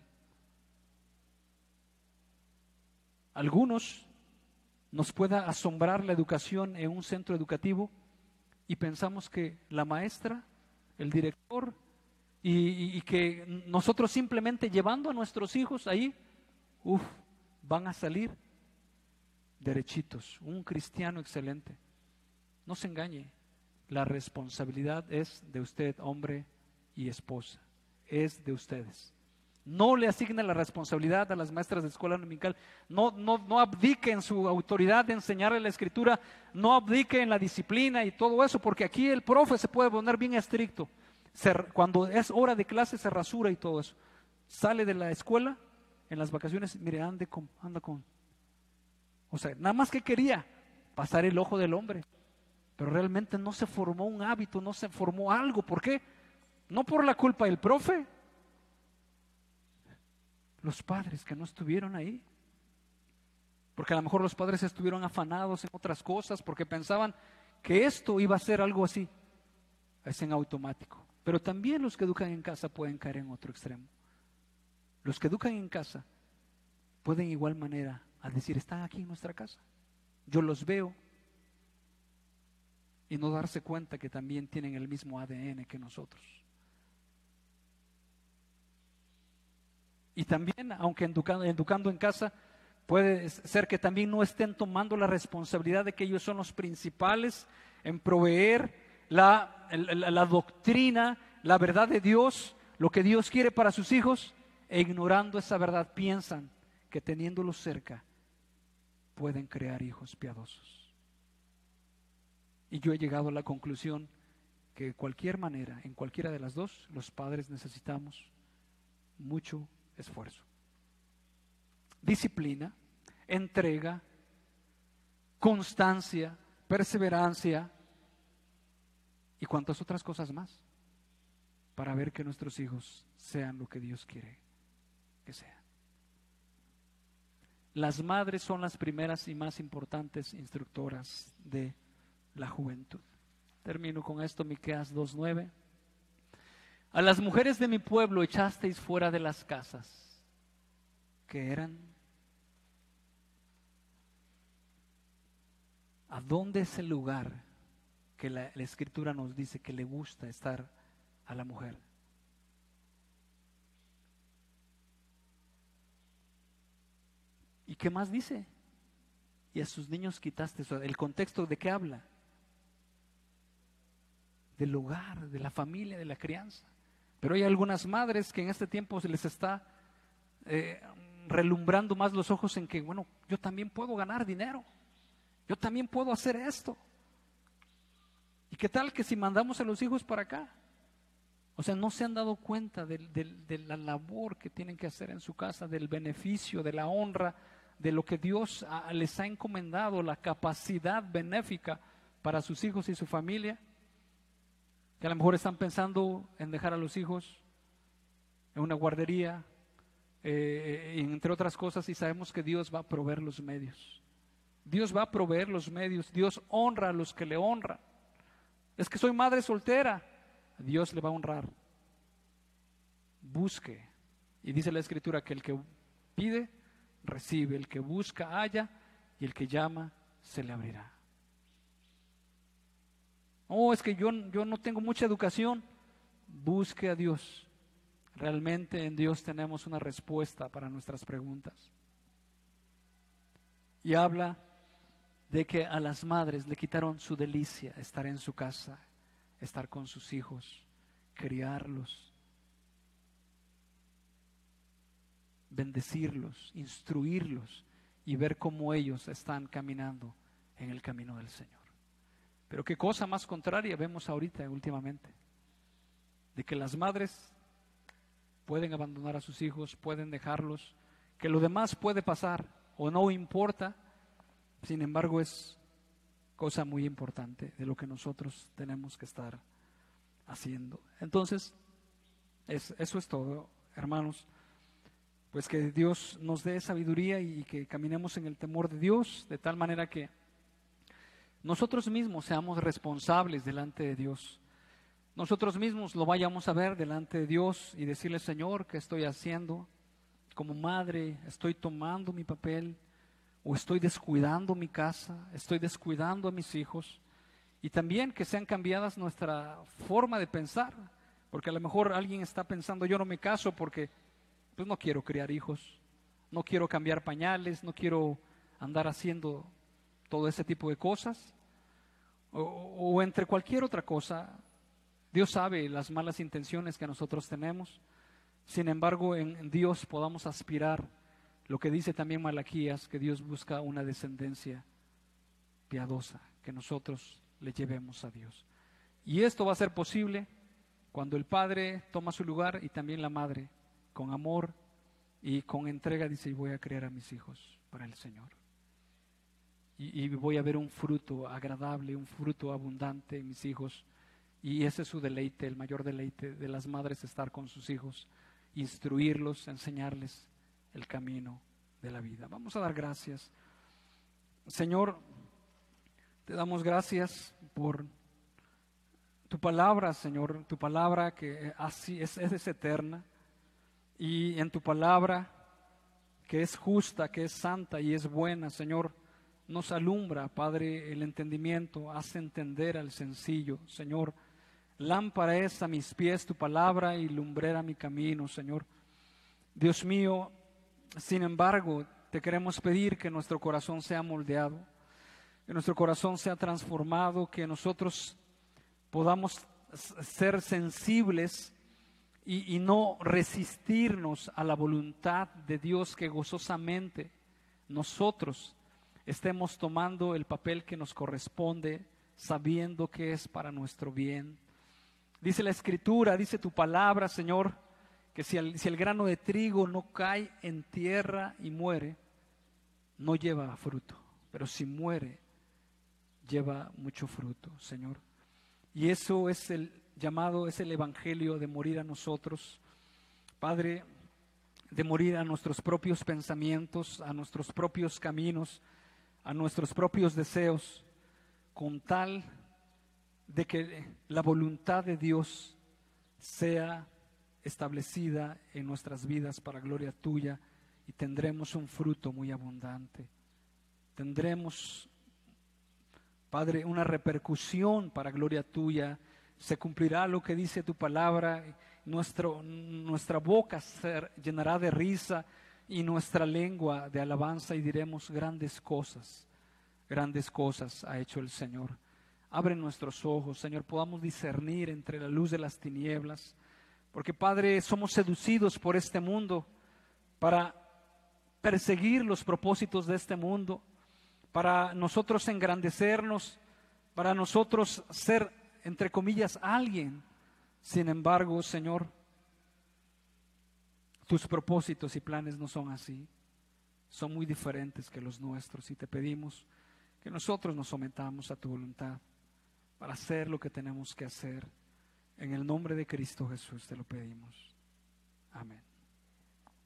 Algunos nos pueda asombrar la educación en un centro educativo y pensamos que la maestra, el director, y, y, y que nosotros simplemente llevando a nuestros hijos ahí, uff, van a salir derechitos, un cristiano excelente. No se engañe, la responsabilidad es de usted, hombre y esposa, es de ustedes. No le asignen la responsabilidad a las maestras de escuela dominical, no, no, no abdique en su autoridad de enseñarle la escritura, no abdique en la disciplina y todo eso, porque aquí el profe se puede poner bien estricto. Se, cuando es hora de clase se rasura y todo eso. Sale de la escuela en las vacaciones, mire, ande con, anda con. O sea, nada más que quería pasar el ojo del hombre, pero realmente no se formó un hábito, no se formó algo. ¿Por qué? No por la culpa del profe, los padres que no estuvieron ahí, porque a lo mejor los padres estuvieron afanados en otras cosas, porque pensaban que esto iba a ser algo así, es en automático. Pero también los que educan en casa pueden caer en otro extremo. Los que educan en casa pueden igual manera a decir, están aquí en nuestra casa, yo los veo, y no darse cuenta que también tienen el mismo A D N que nosotros. Y también, aunque educando, educando en casa, puede ser que también no estén tomando la responsabilidad de que ellos son los principales en proveer la, la, la doctrina, la verdad de Dios, lo que Dios quiere para sus hijos, e ignorando esa verdad piensan que teniéndolos cerca pueden crear hijos piadosos. Y yo he llegado a la conclusión que de cualquier manera, en cualquiera de las dos, los padres necesitamos mucho esfuerzo, disciplina, entrega, constancia, perseverancia y cuantas otras cosas más para ver que nuestros hijos sean lo que Dios quiere que sean. Las madres son las primeras y más importantes instructoras de la juventud. Termino con esto, Miqueas dos nueve. A las mujeres de mi pueblo echasteis fuera de las casas, que eran. ¿A dónde es el lugar que la, la Escritura nos dice que le gusta estar a la mujer? ¿Y qué más dice? Y a sus niños quitaste. ¿El contexto de qué habla? Del hogar, de la familia, de la crianza. Pero hay algunas madres que en este tiempo se les está eh, relumbrando más los ojos en que, bueno, yo también puedo ganar dinero, yo también puedo hacer esto. ¿Y qué tal que si mandamos a los hijos para acá? O sea, no se han dado cuenta de, de, de la labor que tienen que hacer en su casa, del beneficio, de la honra, de lo que Dios a, les ha encomendado, la capacidad benéfica para sus hijos y su familia. Que a lo mejor están pensando en dejar a los hijos en una guardería, eh, entre otras cosas, y sabemos que Dios va a proveer los medios. Dios va a proveer los medios, Dios honra a los que le honran. Es que soy madre soltera, Dios le va a honrar. Busque, y dice la Escritura que el que pide, recibe, el que busca, halla, y el que llama, se le abrirá. Oh, es que yo, yo no tengo mucha educación. Busque a Dios. Realmente en Dios tenemos una respuesta para nuestras preguntas. Y habla de que a las madres le quitaron su delicia, estar en su casa, estar con sus hijos, criarlos, bendecirlos, instruirlos y ver cómo ellos están caminando en el camino del Señor. Pero qué cosa más contraria vemos ahorita últimamente, de que las madres pueden abandonar a sus hijos, pueden dejarlos, que lo demás puede pasar o no importa, sin embargo es cosa muy importante de lo que nosotros tenemos que estar haciendo. Entonces, es, eso es todo, hermanos. Pues que Dios nos dé sabiduría y que caminemos en el temor de Dios, de tal manera que nosotros mismos seamos responsables delante de Dios. Nosotros mismos lo vayamos a ver delante de Dios y decirle: Señor, ¿qué estoy haciendo? Como madre, ¿estoy tomando mi papel? ¿O estoy descuidando mi casa? ¿Estoy descuidando a mis hijos? Y también que sean cambiadas nuestra forma de pensar, porque a lo mejor alguien está pensando: yo no me caso porque pues no quiero criar hijos, no quiero cambiar pañales, no quiero andar haciendo todo ese tipo de cosas, o, o entre cualquier otra cosa. Dios sabe las malas intenciones que nosotros tenemos. Sin embargo, en Dios podamos aspirar lo que dice también Malaquías, que Dios busca una descendencia piadosa, que nosotros le llevemos a Dios. Y esto va a ser posible cuando el padre toma su lugar y también la madre, con amor y con entrega, dice: y voy a criar a mis hijos para el Señor. Y, y voy a ver un fruto agradable, un fruto abundante en mis hijos. Y ese es su deleite, el mayor deleite de las madres, estar con sus hijos, instruirlos, enseñarles el camino de la vida. Vamos a dar gracias. Señor, te damos gracias por tu palabra, Señor, tu palabra que así es, es eterna, y en tu palabra que es justa, que es santa y es buena, Señor, nos alumbra, Padre, el entendimiento, hace entender al sencillo, Señor. Lámpara es a mis pies tu palabra y lumbrera mi camino, Señor. Dios mío, sin embargo, te queremos pedir que nuestro corazón sea moldeado, que nuestro corazón sea transformado, que nosotros podamos ser sensibles y, y no resistirnos a la voluntad de Dios, que gozosamente nosotros estemos tomando el papel que nos corresponde, sabiendo que es para nuestro bien. Dice la Escritura, dice tu palabra, Señor, que si el, si el grano de trigo no cae en tierra y muere, no lleva fruto, pero si muere, lleva mucho fruto, Señor. Y eso es el llamado, es el evangelio de morir a nosotros, Padre, de morir a nuestros propios pensamientos, a nuestros propios caminos, a nuestros propios deseos, con tal de que la voluntad de Dios sea establecida en nuestras vidas para gloria tuya, y tendremos un fruto muy abundante. Tendremos, Padre, una repercusión para gloria tuya. Se cumplirá lo que dice tu palabra. Nuestro, nuestra boca se llenará de risa y nuestra lengua de alabanza, y diremos: grandes cosas, grandes cosas ha hecho el Señor. Abre nuestros ojos, Señor, podamos discernir entre la luz de las tinieblas, porque, Padre, somos seducidos por este mundo para perseguir los propósitos de este mundo, para nosotros engrandecernos, para nosotros ser, entre comillas, alguien. Sin embargo, Señor, tus propósitos y planes no son así, son muy diferentes que los nuestros, y te pedimos que nosotros nos sometamos a tu voluntad para hacer lo que tenemos que hacer. En el nombre de Cristo Jesús te lo pedimos. Amén.